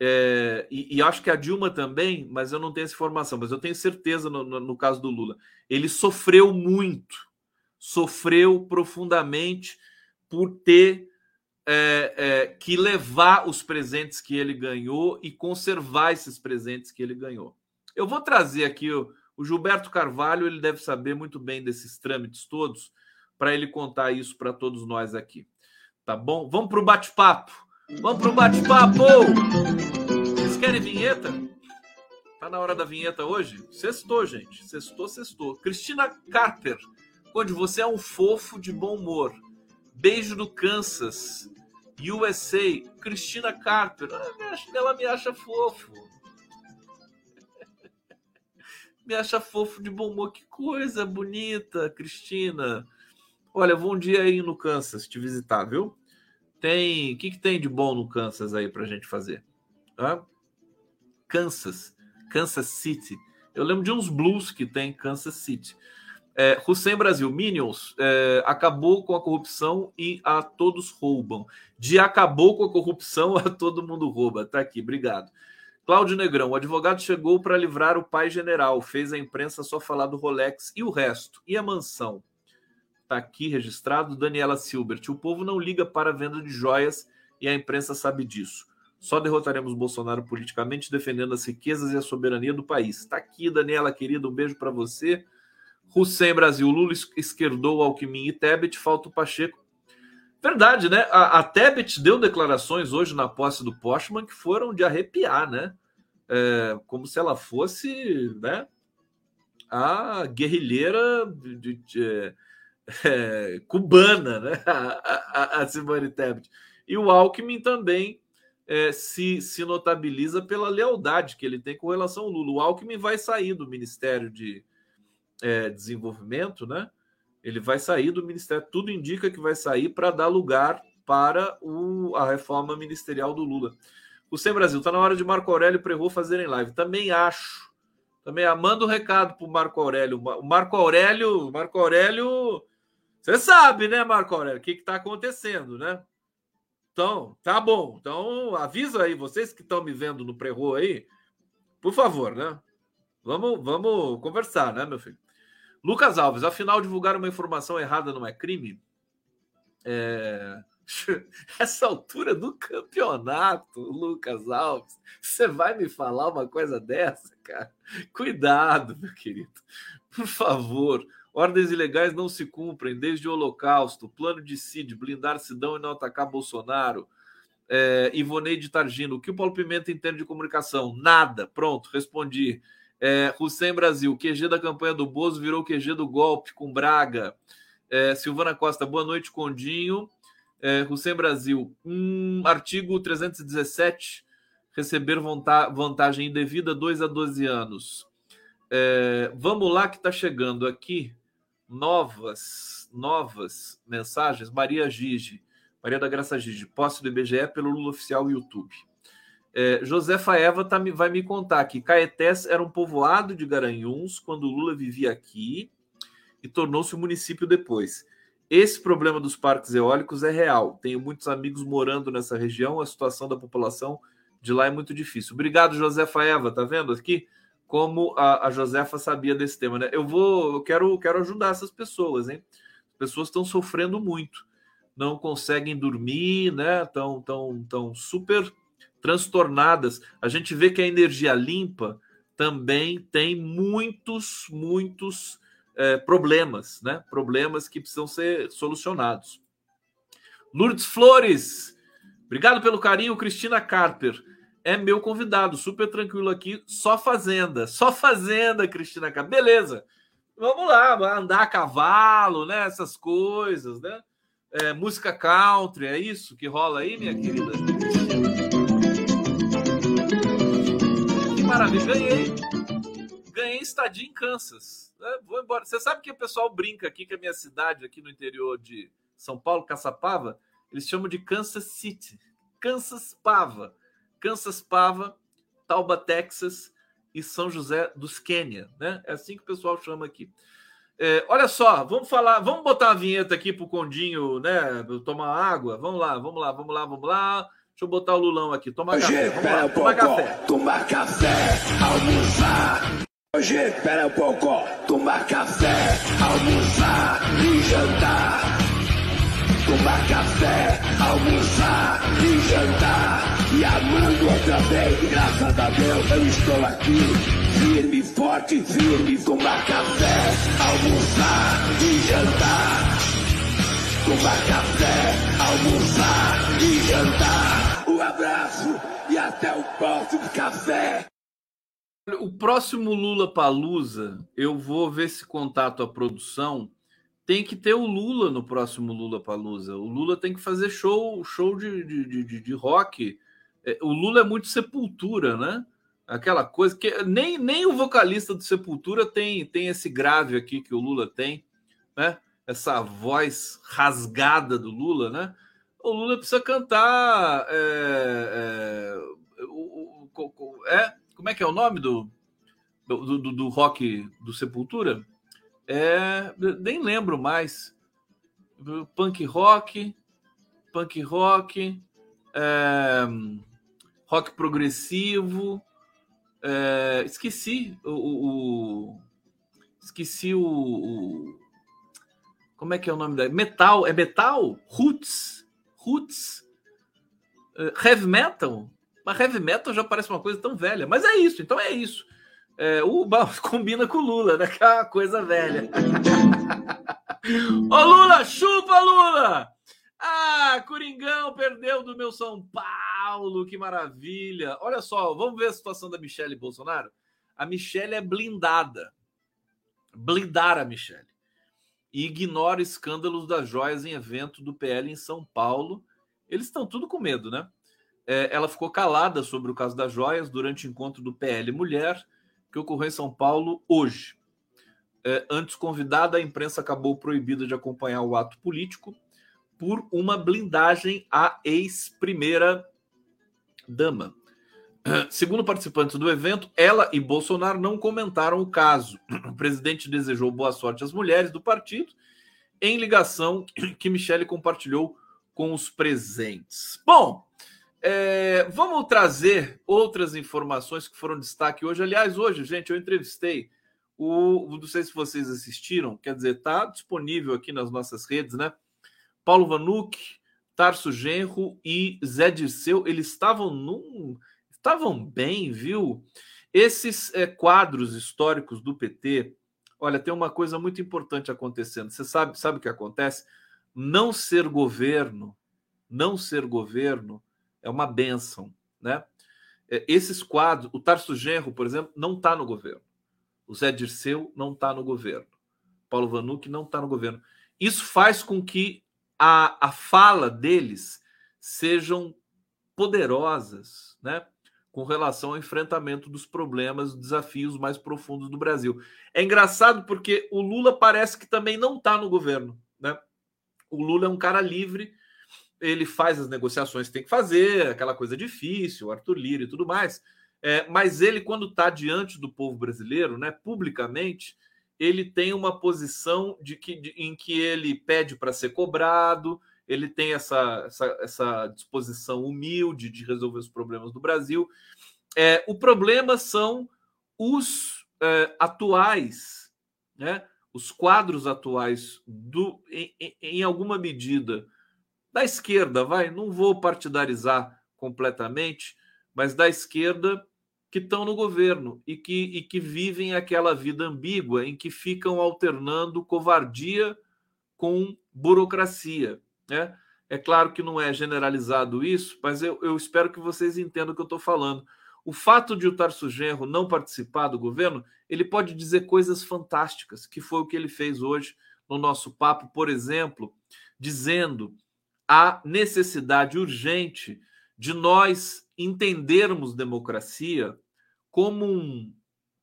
e acho que a Dilma também, mas eu não tenho essa informação, mas eu tenho certeza no caso do Lula, ele sofreu muito, sofreu profundamente por ter que levar os presentes que ele ganhou e conservar esses presentes que ele ganhou. Eu vou trazer aqui o Gilberto Carvalho, ele deve saber muito bem desses trâmites todos, para ele contar isso para todos nós aqui. Tá bom? Vamos para o bate-papo. Vamos pro bate-papo! Vocês querem vinheta? Tá na hora da vinheta hoje? Sextou, gente. Sextou. Cristina Carper. Conde, você é um fofo de bom humor. Beijo do Kansas. USA. Cristina Carper. Ela me acha fofo. Me acha fofo de bom humor. Que coisa bonita, Cristina. Olha, vou um dia aí no Kansas te visitar, viu? O que tem de bom no Kansas aí pra gente fazer? Kansas City. Eu lembro de uns blues que tem em Kansas City. Hussein Brasil, Minions, acabou com a corrupção e a todos roubam. De acabou com a corrupção, a todo mundo rouba. Tá aqui, obrigado. Cláudio Negrão, o advogado chegou para livrar o pai general, fez a imprensa só falar do Rolex e o resto. E a mansão? Tá aqui registrado. Daniela Silbert, o povo não liga para a venda de joias e a imprensa sabe disso. Só derrotaremos Bolsonaro politicamente defendendo as riquezas e a soberania do país. Tá aqui, Daniela, querida, um beijo para você. Hussein Brasil, Lula esquerdou Alckmin e Tebet, falta o Pacheco. Verdade, né? A Tebet deu declarações hoje na posse do Postman que foram de arrepiar, né? Como se ela fosse, né, a guerrilheira cubana, né? A Simone Tebet. E o Alckmin também se notabiliza pela lealdade que ele tem com relação ao Lula. O Alckmin vai sair do Ministério de Desenvolvimento, né? Ele vai sair do Ministério, tudo indica que vai sair para dar lugar para a reforma ministerial do Lula. O Sem Brasil, está na hora de Marco Aurélio e Prerrô fazerem live. Também acho. Manda um recado para o Marco Aurélio. O Marco Aurélio, você sabe, né, Marco Aurélio, o que está acontecendo, né? Então, tá bom. Então, avisa aí, vocês que estão me vendo no Prerrô aí, por favor, né? Vamos conversar, né, meu filho? Lucas Alves, afinal, divulgar uma informação errada não é crime? Essa altura do campeonato, Lucas Alves, você vai me falar uma coisa dessa, cara? Cuidado, meu querido. Por favor, ordens ilegais não se cumprem desde o Holocausto, plano de Cid, blindar Sidão e não atacar Bolsonaro. Ivoneide Targino, o que o Paulo Pimenta entende de comunicação? Nada. Pronto, respondi. Hussein Brasil, QG da campanha do Bozo virou QG do golpe com Braga. Silvana Costa, boa noite, Condinho. Hussein Brasil, artigo 317, receber vantagem indevida 2 a 12 anos. Vamos lá que está chegando aqui novas mensagens. Maria da Graça Gigi, posse do IBGE pelo Lula Oficial YouTube. Josefa Eva vai me contar que Caetés era um povoado de Garanhuns quando o Lula vivia aqui e tornou-se um município depois. Esse problema dos parques eólicos é real. Tenho muitos amigos morando nessa região, a situação da população de lá é muito difícil. Obrigado, Josefa Eva. Tá vendo aqui como a Josefa sabia desse tema, né? Eu quero ajudar essas pessoas, hein? As pessoas estão sofrendo muito, não conseguem dormir, né? Estão super transtornadas. A gente vê que a energia limpa também tem muitos problemas, né? Problemas que precisam ser solucionados. Lourdes Flores, obrigado pelo carinho. Cristina Carper é meu convidado, super tranquilo aqui, só fazenda, Cristina Carper. Beleza, vamos lá, andar a cavalo, né? Essas coisas, né? Música country, é isso que rola aí, minha querida? Maravilha, ganhei estadia em Kansas. Vou embora. Você sabe que o pessoal brinca aqui que a minha cidade aqui no interior de São Paulo, Caçapava, eles chamam de Kansas City. Kansas Pava, Tauba, Texas e São José dos Quênia, né? É assim que o pessoal chama aqui. Olha só, vamos botar uma vinheta aqui pro Condinho, né? Tomar água. Vamos lá. Deixa eu botar o Lulão aqui. Tomar café. Vamos lá, tomar café, almoçar. Hoje, espera um pouco. Tomar café, almoçar e jantar. Tomar café, almoçar e jantar. E amando outra vez, graças a Deus eu estou aqui. Firme, forte, firme. Tomar café, almoçar e jantar. Tomar café, almoçar e jantar. Um abraço e até o próximo café. O próximo Lula Palusa, eu vou ver se contato a produção. Tem que ter o Lula no próximo Lula Palusa. O Lula tem que fazer show de rock. O Lula é muito Sepultura, né? Aquela coisa que nem o vocalista do Sepultura tem esse grave aqui que o Lula tem, né? Essa voz rasgada do Lula, né? O Lula precisa cantar. Como é que é o nome do rock do Sepultura? Nem lembro mais. Punk rock, rock progressivo. Esqueci como é que é o nome da metal? É metal? Roots, heavy metal. Mas heavy metal já parece uma coisa tão velha. Mas é isso, então é isso. Combina com o Lula, né? Que é uma coisa velha. Ô Lula, chupa Lula! Coringão perdeu do meu São Paulo, que maravilha. Olha só, vamos ver a situação da Michelle Bolsonaro. A Michelle é blindada. Blindar a Michelle. E ignora escândalos das joias em evento do PL em São Paulo. Eles estão tudo com medo, né? Ela ficou calada sobre o caso das joias durante o encontro do PL Mulher, que ocorreu em São Paulo hoje. Antes convidada, a imprensa acabou proibida de acompanhar o ato político por uma blindagem à ex-primeira-dama. Segundo participantes do evento, ela e Bolsonaro não comentaram o caso. O presidente desejou boa sorte às mulheres do partido em ligação que Michelle compartilhou com os presentes. Bom, vamos trazer outras informações que foram destaque hoje. Aliás, hoje, gente, eu entrevistei não sei se vocês assistiram, quer dizer, está disponível aqui nas nossas redes, né? Paulo Vanuc, Tarso Genro e Zé Dirceu, eles estavam bem, viu? Esses quadros históricos do PT, olha, tem uma coisa muito importante acontecendo. Você sabe o que acontece? Não ser governo é uma bênção, né? Esses quadros, o Tarso Genro, por exemplo, não está no governo. O Zé Dirceu não está no governo. Paulo Vanuc não está no governo. Isso faz com que a fala deles sejam poderosas, né? Com relação ao enfrentamento dos problemas, dos desafios mais profundos do Brasil. É engraçado porque o Lula parece que também não está no governo, né? O Lula é um cara livre, ele faz as negociações que tem que fazer, aquela coisa difícil, o Arthur Lira e tudo mais, mas ele, quando está diante do povo brasileiro, né, publicamente, ele tem uma posição em que ele pede para ser cobrado, ele tem essa disposição humilde de resolver os problemas do Brasil. O problema são os atuais, né, os quadros atuais, em alguma medida, da esquerda, não vou partidarizar completamente, mas da esquerda, que estão no governo e que vivem aquela vida ambígua em que ficam alternando covardia com burocracia, né? É claro que não é generalizado isso, mas eu espero que vocês entendam o que eu estou falando. O fato de o Tarso Genro não participar do governo, ele pode dizer coisas fantásticas, que foi o que ele fez hoje no nosso papo, por exemplo, dizendo a necessidade urgente de nós entendermos democracia como um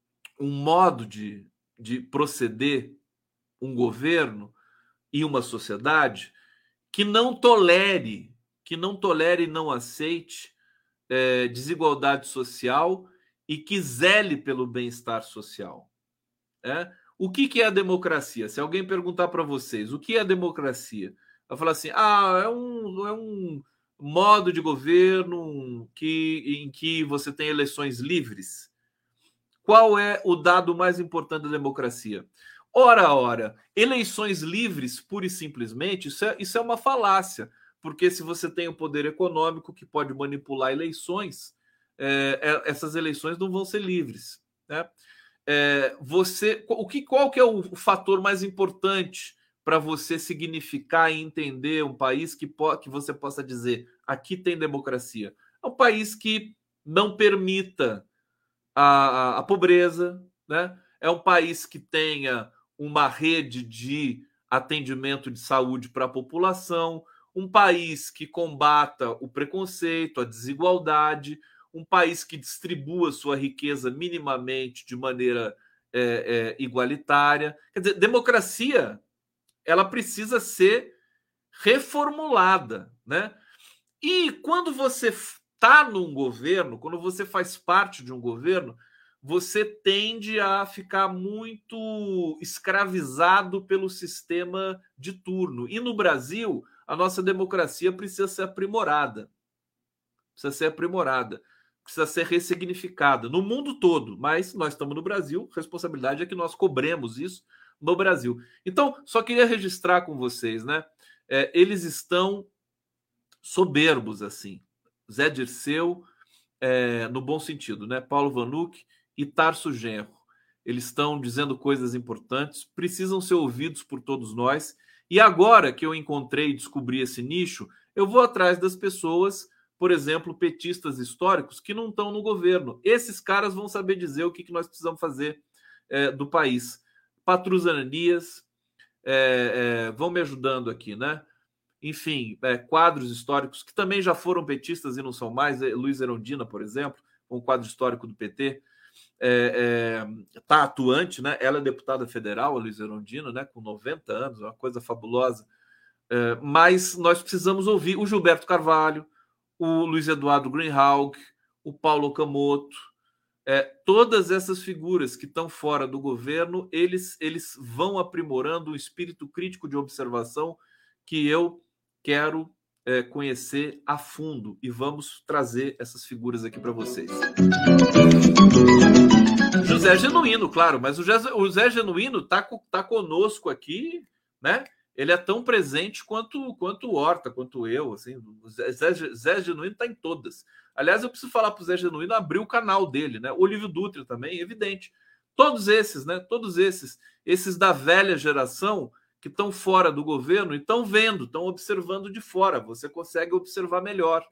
modo de proceder um governo e uma sociedade que não tolere e não aceite desigualdade social e que zele pelo bem-estar social. O que é a democracia? Se alguém perguntar para vocês o que é a democracia, vai falar assim, é um modo de governo em que você tem eleições livres. Qual é o dado mais importante da democracia? Ora, eleições livres, pura e simplesmente, isso é uma falácia, porque se você tem o poder econômico que pode manipular eleições, essas eleições não vão ser livres, né? Qual que é o fator mais importante para você significar e entender um país que você possa dizer, aqui tem democracia. É um país que não permita a pobreza, né? É um país que tenha uma rede de atendimento de saúde para a população, um país que combata o preconceito, a desigualdade, um país que distribua sua riqueza minimamente de maneira igualitária. Quer dizer, democracia, ela precisa ser reformulada, né? E quando você está num governo, quando você faz parte de um governo, você tende a ficar muito escravizado pelo sistema de turno. E no Brasil, a nossa democracia precisa ser aprimorada. Precisa ser aprimorada. Precisa ser ressignificada no mundo todo. Mas nós estamos no Brasil, a responsabilidade é que nós cobremos isso no Brasil. Então, só queria registrar com vocês, né? Eles estão soberbos, assim. Zé Dirceu, no bom sentido, né? Paulo Vanuc e Tarso Genro. Eles estão dizendo coisas importantes, precisam ser ouvidos por todos nós. E agora que eu encontrei e descobri esse nicho, eu vou atrás das pessoas, por exemplo, petistas históricos que não estão no governo. Esses caras vão saber dizer o que nós precisamos fazer do país. Patrus Ananias, vão me ajudando aqui, né? Enfim, quadros históricos que também já foram petistas e não são mais. Luiz Erundina, por exemplo, um quadro histórico do PT, está atuante, né? Ela é deputada federal, a Luiz Erundina, né? Com 90 anos, uma coisa fabulosa. Mas nós precisamos ouvir o Gilberto Carvalho, o Luiz Eduardo Greenhalgh, o Paulo Okamoto, todas essas figuras que estão fora do governo, eles vão aprimorando um espírito crítico de observação que eu quero conhecer a fundo, e vamos trazer essas figuras aqui para vocês. José Genuíno, claro, mas o Zé Genuíno tá conosco aqui, né? Ele é tão presente quanto o Horta, quanto eu, assim. O Zé Genuíno está em todas. Aliás, eu preciso falar para o Zé Genuíno abrir o canal dele, né? O Olívio Dutra também, evidente. Todos esses, né? Todos esses da velha geração que estão fora do governo e estão vendo, estão observando de fora. Você consegue observar melhor.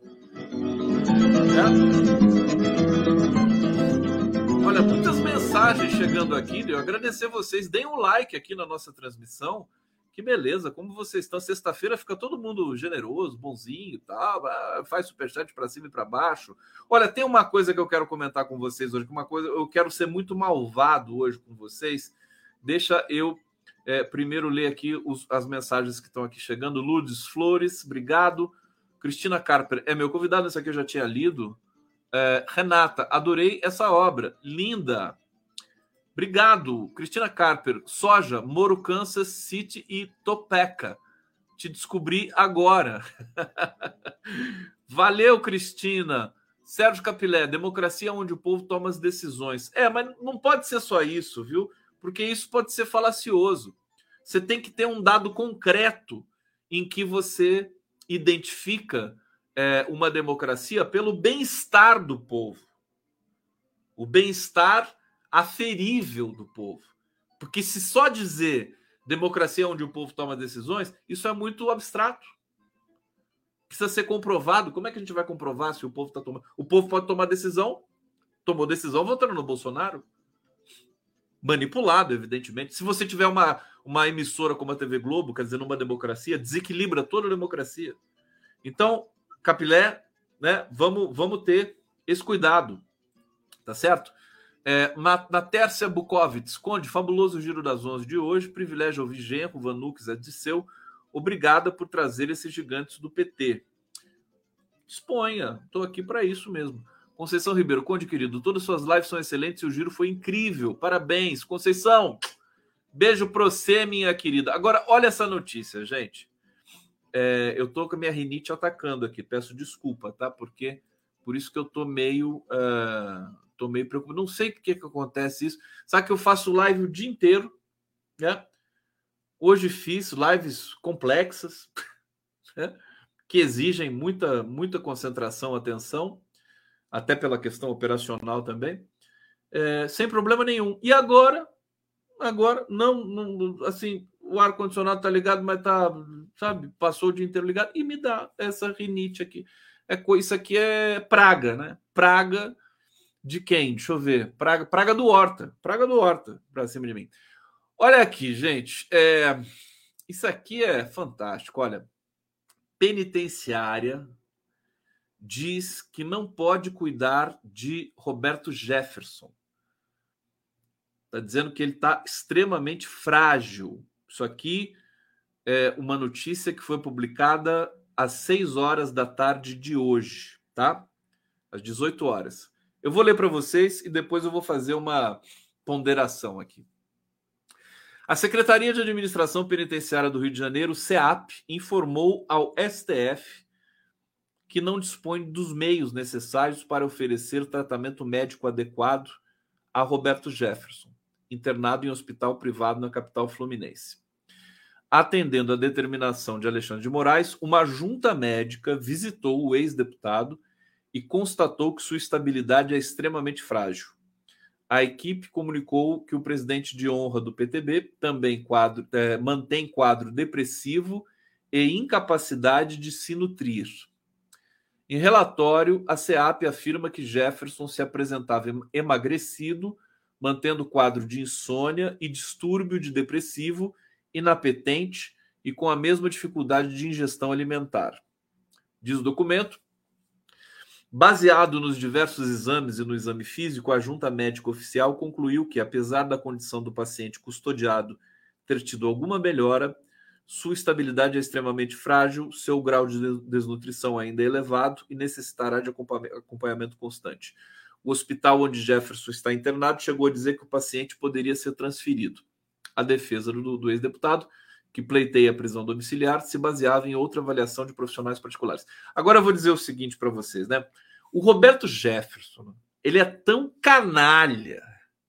Olha, muitas mensagens chegando aqui. Eu agradecer vocês. Deem um like aqui na nossa transmissão. Que beleza, como vocês estão. Sexta-feira fica todo mundo generoso, bonzinho e tal. Faz superchat para cima e para baixo. Olha, tem uma coisa que eu quero comentar com vocês hoje. Eu quero ser muito malvado hoje com vocês. Deixa eu primeiro ler aqui as mensagens que estão aqui chegando. Lourdes Flores, obrigado. Cristina Carper, meu convidado, esse aqui eu já tinha lido. Renata, adorei essa obra, linda. Obrigado, Cristina Carper. Soja, Moro, Kansas City e Topeka. Te descobri agora. Valeu, Cristina. Sérgio Capilé, democracia onde o povo toma as decisões. Mas não pode ser só isso, viu? Porque isso pode ser falacioso. Você tem que ter um dado concreto em que você identifica uma democracia pelo bem-estar do povo. O bem-estar aferível do povo. Porque se só dizer democracia onde o povo toma decisões, isso é muito abstrato. Precisa ser comprovado. Como é que a gente vai comprovar se o povo está tomando? O povo pode tomar decisão, tomou decisão votando no Bolsonaro. Manipulado, evidentemente. Se você tiver uma emissora como a TV Globo, quer dizer, numa democracia, desequilibra toda a democracia. Então, Capilé, né, vamos ter esse cuidado, tá certo? Na Tércia Bukovitz, Conde, fabuloso Giro das 11 de hoje, privilégio ouvir Genro, Vanuc, Zé Dirceu, obrigada por trazer esses gigantes do PT. Exponha, estou aqui para isso mesmo. Conceição Ribeiro, Conde querido, todas suas lives são excelentes e o giro foi incrível. Parabéns, Conceição. Beijo pra você, minha querida. Agora, olha essa notícia, gente. Eu tô com a minha rinite atacando aqui. Peço desculpa, tá? Porque por isso que eu tô meio preocupado. Não sei por que acontece isso. Sabe que eu faço live o dia inteiro, né? Hoje fiz lives complexas, né? Que exigem muita concentração, atenção. Até pela questão operacional também, sem problema nenhum. E agora não, assim, o ar-condicionado tá ligado, mas tá, sabe, passou o dia inteiro ligado e me dá essa rinite aqui. Isso aqui é praga, né? Praga de quem? Deixa eu ver. Praga do Horta. Praga do Horta pra cima de mim. Olha aqui, gente. Isso aqui é fantástico. Olha, penitenciária diz que não pode cuidar de Roberto Jefferson. Está dizendo que ele está extremamente frágil. Isso aqui é uma notícia que foi publicada às 6 horas da tarde de hoje, tá? Às 18 horas. Eu vou ler para vocês e depois eu vou fazer uma ponderação aqui. A Secretaria de Administração Penitenciária do Rio de Janeiro, SEAP, informou ao STF que não dispõe dos meios necessários para oferecer tratamento médico adequado a Roberto Jefferson, internado em hospital privado na capital fluminense. Atendendo à determinação de Alexandre de Moraes, uma junta médica visitou o ex-deputado e constatou que sua estabilidade é extremamente frágil. A equipe comunicou que o presidente de honra do PTB também mantém quadro depressivo e incapacidade de se nutrir. Em relatório, a SEAP afirma que Jefferson se apresentava emagrecido, mantendo quadro de insônia e distúrbio de depressivo, inapetente e com a mesma dificuldade de ingestão alimentar. Diz o documento: baseado nos diversos exames e no exame físico, a junta médica oficial concluiu que, apesar da condição do paciente custodiado ter tido alguma melhora, sua estabilidade é extremamente frágil, seu grau de desnutrição ainda é elevado e necessitará de acompanhamento constante. O hospital onde Jefferson está internado chegou a dizer que o paciente poderia ser transferido. A defesa do ex-deputado, que pleiteia a prisão domiciliar, se baseava em outra avaliação de profissionais particulares. Agora eu vou dizer o seguinte para vocês, né? O Roberto Jefferson, ele é tão canalha,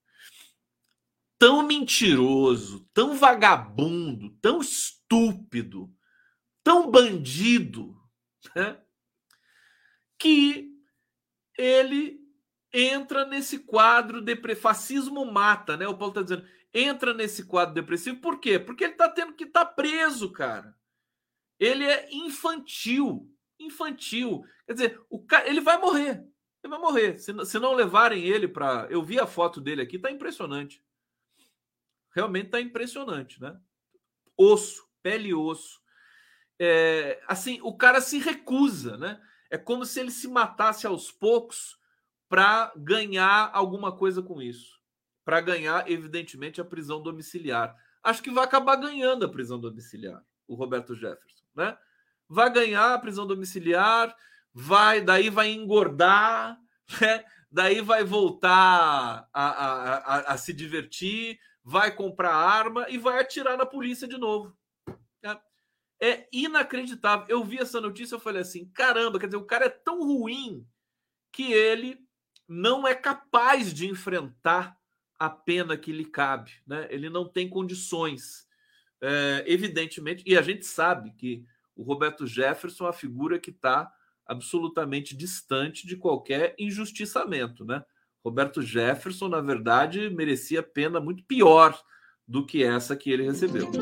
tão mentiroso, tão vagabundo, tão estúpido, tão bandido, né? Que ele entra nesse quadro de fascismo mata, né? O Paulo está dizendo, entra nesse quadro depressivo. Por quê? Porque ele está tendo que estar preso, cara. Ele é infantil. Quer dizer, o cara, ele vai morrer. Ele vai morrer. Se não levarem ele para... Eu vi a foto dele aqui, tá impressionante. Realmente tá impressionante, né? Osso, pele e osso. Assim, o cara se recusa, né? É como se ele se matasse aos poucos para ganhar alguma coisa com isso. Para ganhar, evidentemente, a prisão domiciliar. Acho que vai acabar ganhando a prisão domiciliar, o Roberto Jefferson, né? Vai ganhar a prisão domiciliar, daí vai engordar, né? Daí vai voltar a se divertir, vai comprar arma e vai atirar na polícia de novo. É inacreditável. Eu vi essa notícia e falei assim, caramba, quer dizer, o cara é tão ruim que ele não é capaz de enfrentar a pena que lhe cabe, né? Ele não tem condições, evidentemente, e a gente sabe que o Roberto Jefferson é uma figura que está absolutamente distante de qualquer injustiçamento, né? Roberto Jefferson, na verdade, merecia pena muito pior do que essa que ele recebeu.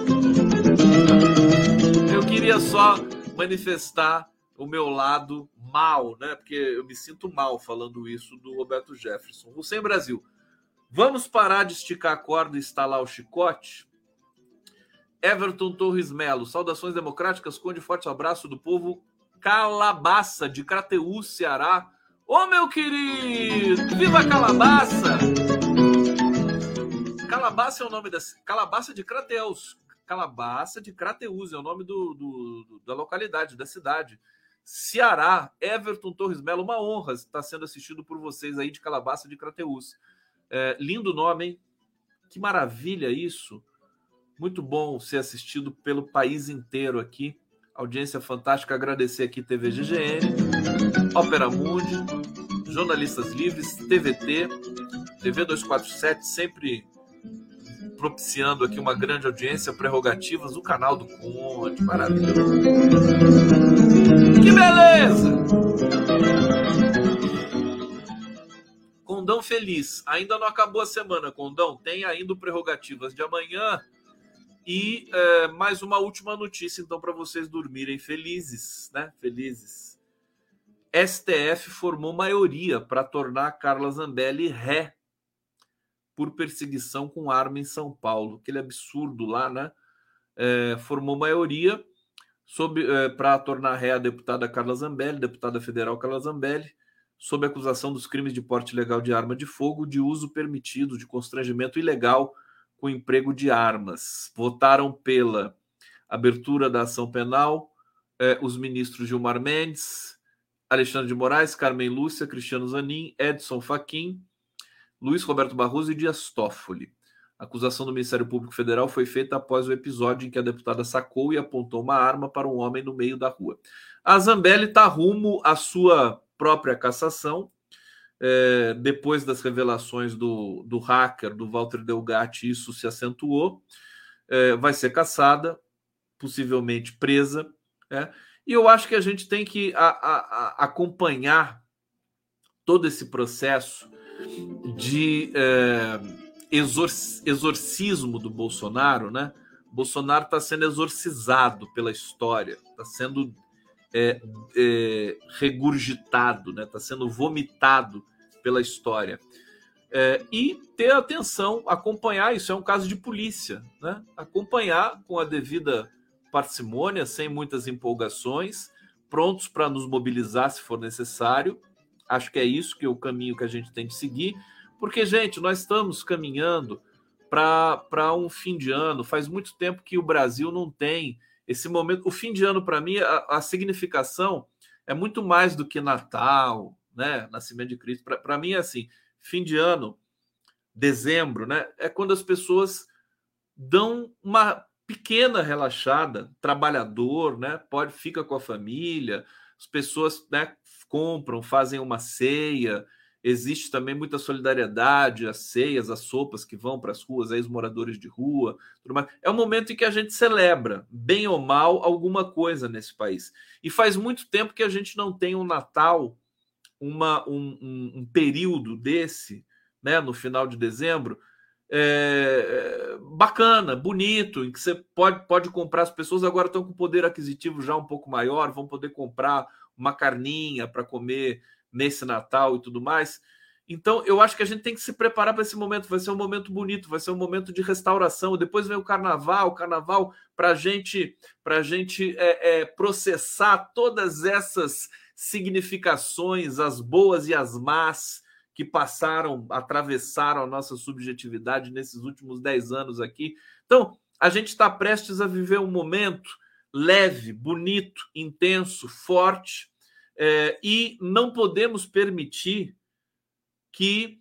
Eu queria só manifestar o meu lado mal, né? Porque eu me sinto mal falando isso do Roberto Jefferson. O Sem Brasil. Vamos parar de esticar a corda e estalar o chicote? Everton Torres Melo, saudações democráticas, Conde, forte abraço do povo Calabaça, de Crateús, Ceará. Ô, meu querido, viva Calabaça! Calabaça é o nome da... Calabaça de Crateús. Calabaça de Crateús é o nome da localidade, da cidade. Ceará, Everton Torres Melo, uma honra estar sendo assistido por vocês aí de Calabaça de Crateús. Lindo nome, hein? Que maravilha isso. Muito bom ser assistido pelo país inteiro aqui. Audiência fantástica. Agradecer aqui TV GGN, Ópera Mundi, Jornalistas Livres, TVT, TV 247, sempre propiciando aqui uma grande audiência, prerrogativas, o canal do Conde. Maravilhoso. Que beleza! Condão feliz. Ainda não acabou a semana, Condão. Tem ainda o Prerrogativas de amanhã E mais uma última notícia, então, para vocês dormirem felizes, né? Felizes. STF formou maioria para tornar Carla Zambelli ré por perseguição com arma em São Paulo. Aquele absurdo lá, né? Formou maioria para tornar ré a deputada Carla Zambelli, deputada federal Carla Zambelli, sob acusação dos crimes de porte ilegal de arma de fogo, de uso permitido, de constrangimento ilegal com emprego de armas. Votaram pela abertura da ação penal os ministros Gilmar Mendes, Alexandre de Moraes, Carmen Lúcia, Cristiano Zanin, Edson Fachin, Luiz Roberto Barroso e Dias Toffoli. A acusação do Ministério Público Federal foi feita após o episódio em que a deputada sacou e apontou uma arma para um homem no meio da rua. A Zambelli está rumo à sua própria cassação, depois das revelações do hacker, do Walter Delgatti, isso se acentuou, vai ser cassada, possivelmente presa, e eu acho que a gente tem que acompanhar todo esse processo de exorcismo do Bolsonaro, né? Bolsonaro está sendo exorcizado pela história, está sendo regurgitado, né? Está sendo vomitado pela história. E ter atenção, acompanhar, isso é um caso de polícia, né? Acompanhar com a devida parcimônia, sem muitas empolgações, prontos para nos mobilizar se for necessário. Acho que é isso que é o caminho que a gente tem de seguir, porque, gente, nós estamos caminhando para um fim de ano. Faz muito tempo que o Brasil não tem esse momento. O fim de ano, para mim, a significação é muito mais do que Natal, né? Nascimento de Cristo. Para mim é assim, fim de ano, dezembro, né? É quando as pessoas dão uma pequena relaxada, trabalhador, né? Fica com a família, as pessoas, né, compram, fazem uma ceia. Existe também muita solidariedade, as ceias, as sopas que vão para as ruas, aí os moradores de rua, tudo mais. É um momento em que a gente celebra, bem ou mal, alguma coisa nesse país. E faz muito tempo que a gente não tem um Natal, um período desse, né, no final de dezembro, bacana, bonito, em que você pode comprar. As pessoas agora estão com poder aquisitivo já um pouco maior, vão poder comprar uma carninha para comer nesse Natal e tudo mais. Então, eu acho que a gente tem que se preparar para esse momento. Vai ser um momento bonito, vai ser um momento de restauração. Depois vem o carnaval para a gente processar todas essas significações, as boas e as más, que atravessaram a nossa subjetividade nesses últimos 10 anos aqui. Então, a gente está prestes a viver um momento leve, bonito, intenso, forte, e não podemos permitir que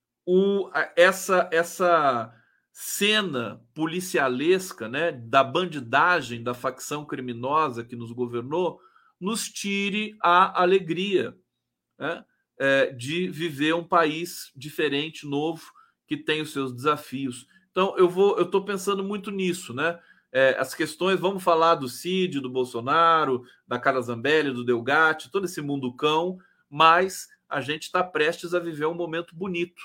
essa cena policialesca, né, da bandidagem, da facção criminosa que nos governou, nos tire a alegria, né, de viver um país diferente, novo, que tem os seus desafios. Então, eu estou pensando muito nisso, né? As questões, vamos falar do Cid, do Bolsonaro, da Carla Zambelli, do Delgatti, todo esse mundo cão, mas a gente está prestes a viver um momento bonito,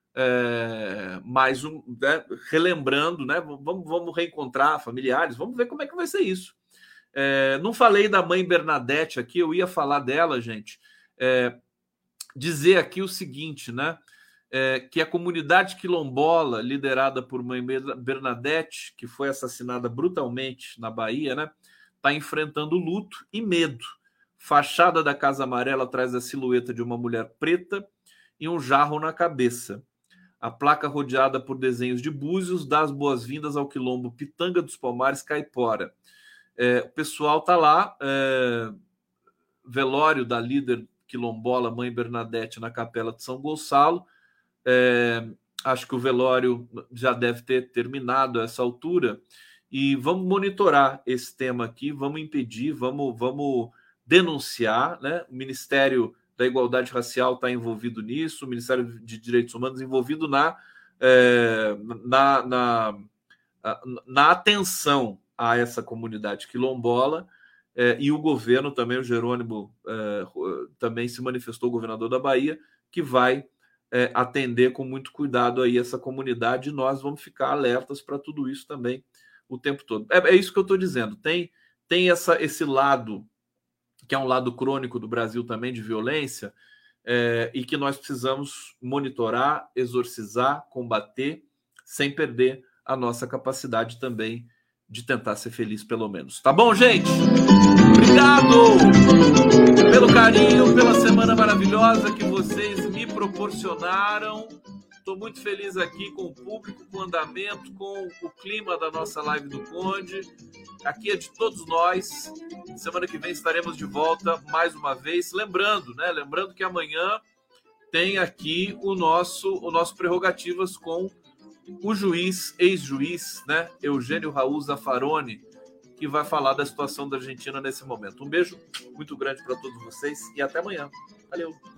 relembrando, né? Vamos reencontrar familiares, vamos ver como é que vai ser isso. Não falei da mãe Bernadette aqui, eu ia falar dela, gente. Dizer aqui o seguinte, né? Que a comunidade quilombola, liderada por mãe Bernadette, que foi assassinada brutalmente na Bahia, né, está enfrentando luto e medo. Fachada da Casa Amarela traz a silhueta de uma mulher preta e um jarro na cabeça. A placa, rodeada por desenhos de búzios, dá as boas-vindas ao quilombo Pitanga dos Palmares Caipora. O pessoal está lá, velório da líder quilombola mãe Bernadette na Capela de São Gonçalo. Acho que o velório já deve ter terminado a essa altura, e vamos monitorar esse tema aqui, vamos impedir, vamos denunciar, né? O Ministério da Igualdade Racial está envolvido nisso, o Ministério de Direitos Humanos envolvido na atenção a essa comunidade quilombola, e o governo também, o Jerônimo também se manifestou, o governador da Bahia, que vai atender com muito cuidado aí essa comunidade, e nós vamos ficar alertas para tudo isso também o tempo todo. É isso que eu estou dizendo. Tem esse lado, que é um lado crônico do Brasil também, de violência, e que nós precisamos monitorar, exorcizar, combater, sem perder a nossa capacidade também de tentar ser feliz, pelo menos. Tá bom, gente? Obrigado pelo carinho, pela semana maravilhosa que vocês me proporcionaram. Estou muito feliz aqui com o público, com o andamento, com o clima da nossa live do Conde. Aqui é de todos nós. Semana que vem estaremos de volta mais uma vez. Lembrando que amanhã tem aqui o nosso Prerrogativas com o ex-juiz, né, Eugênio Raul Zaffaroni, que vai falar da situação da Argentina nesse momento. Um beijo muito grande para todos vocês e até amanhã. Valeu!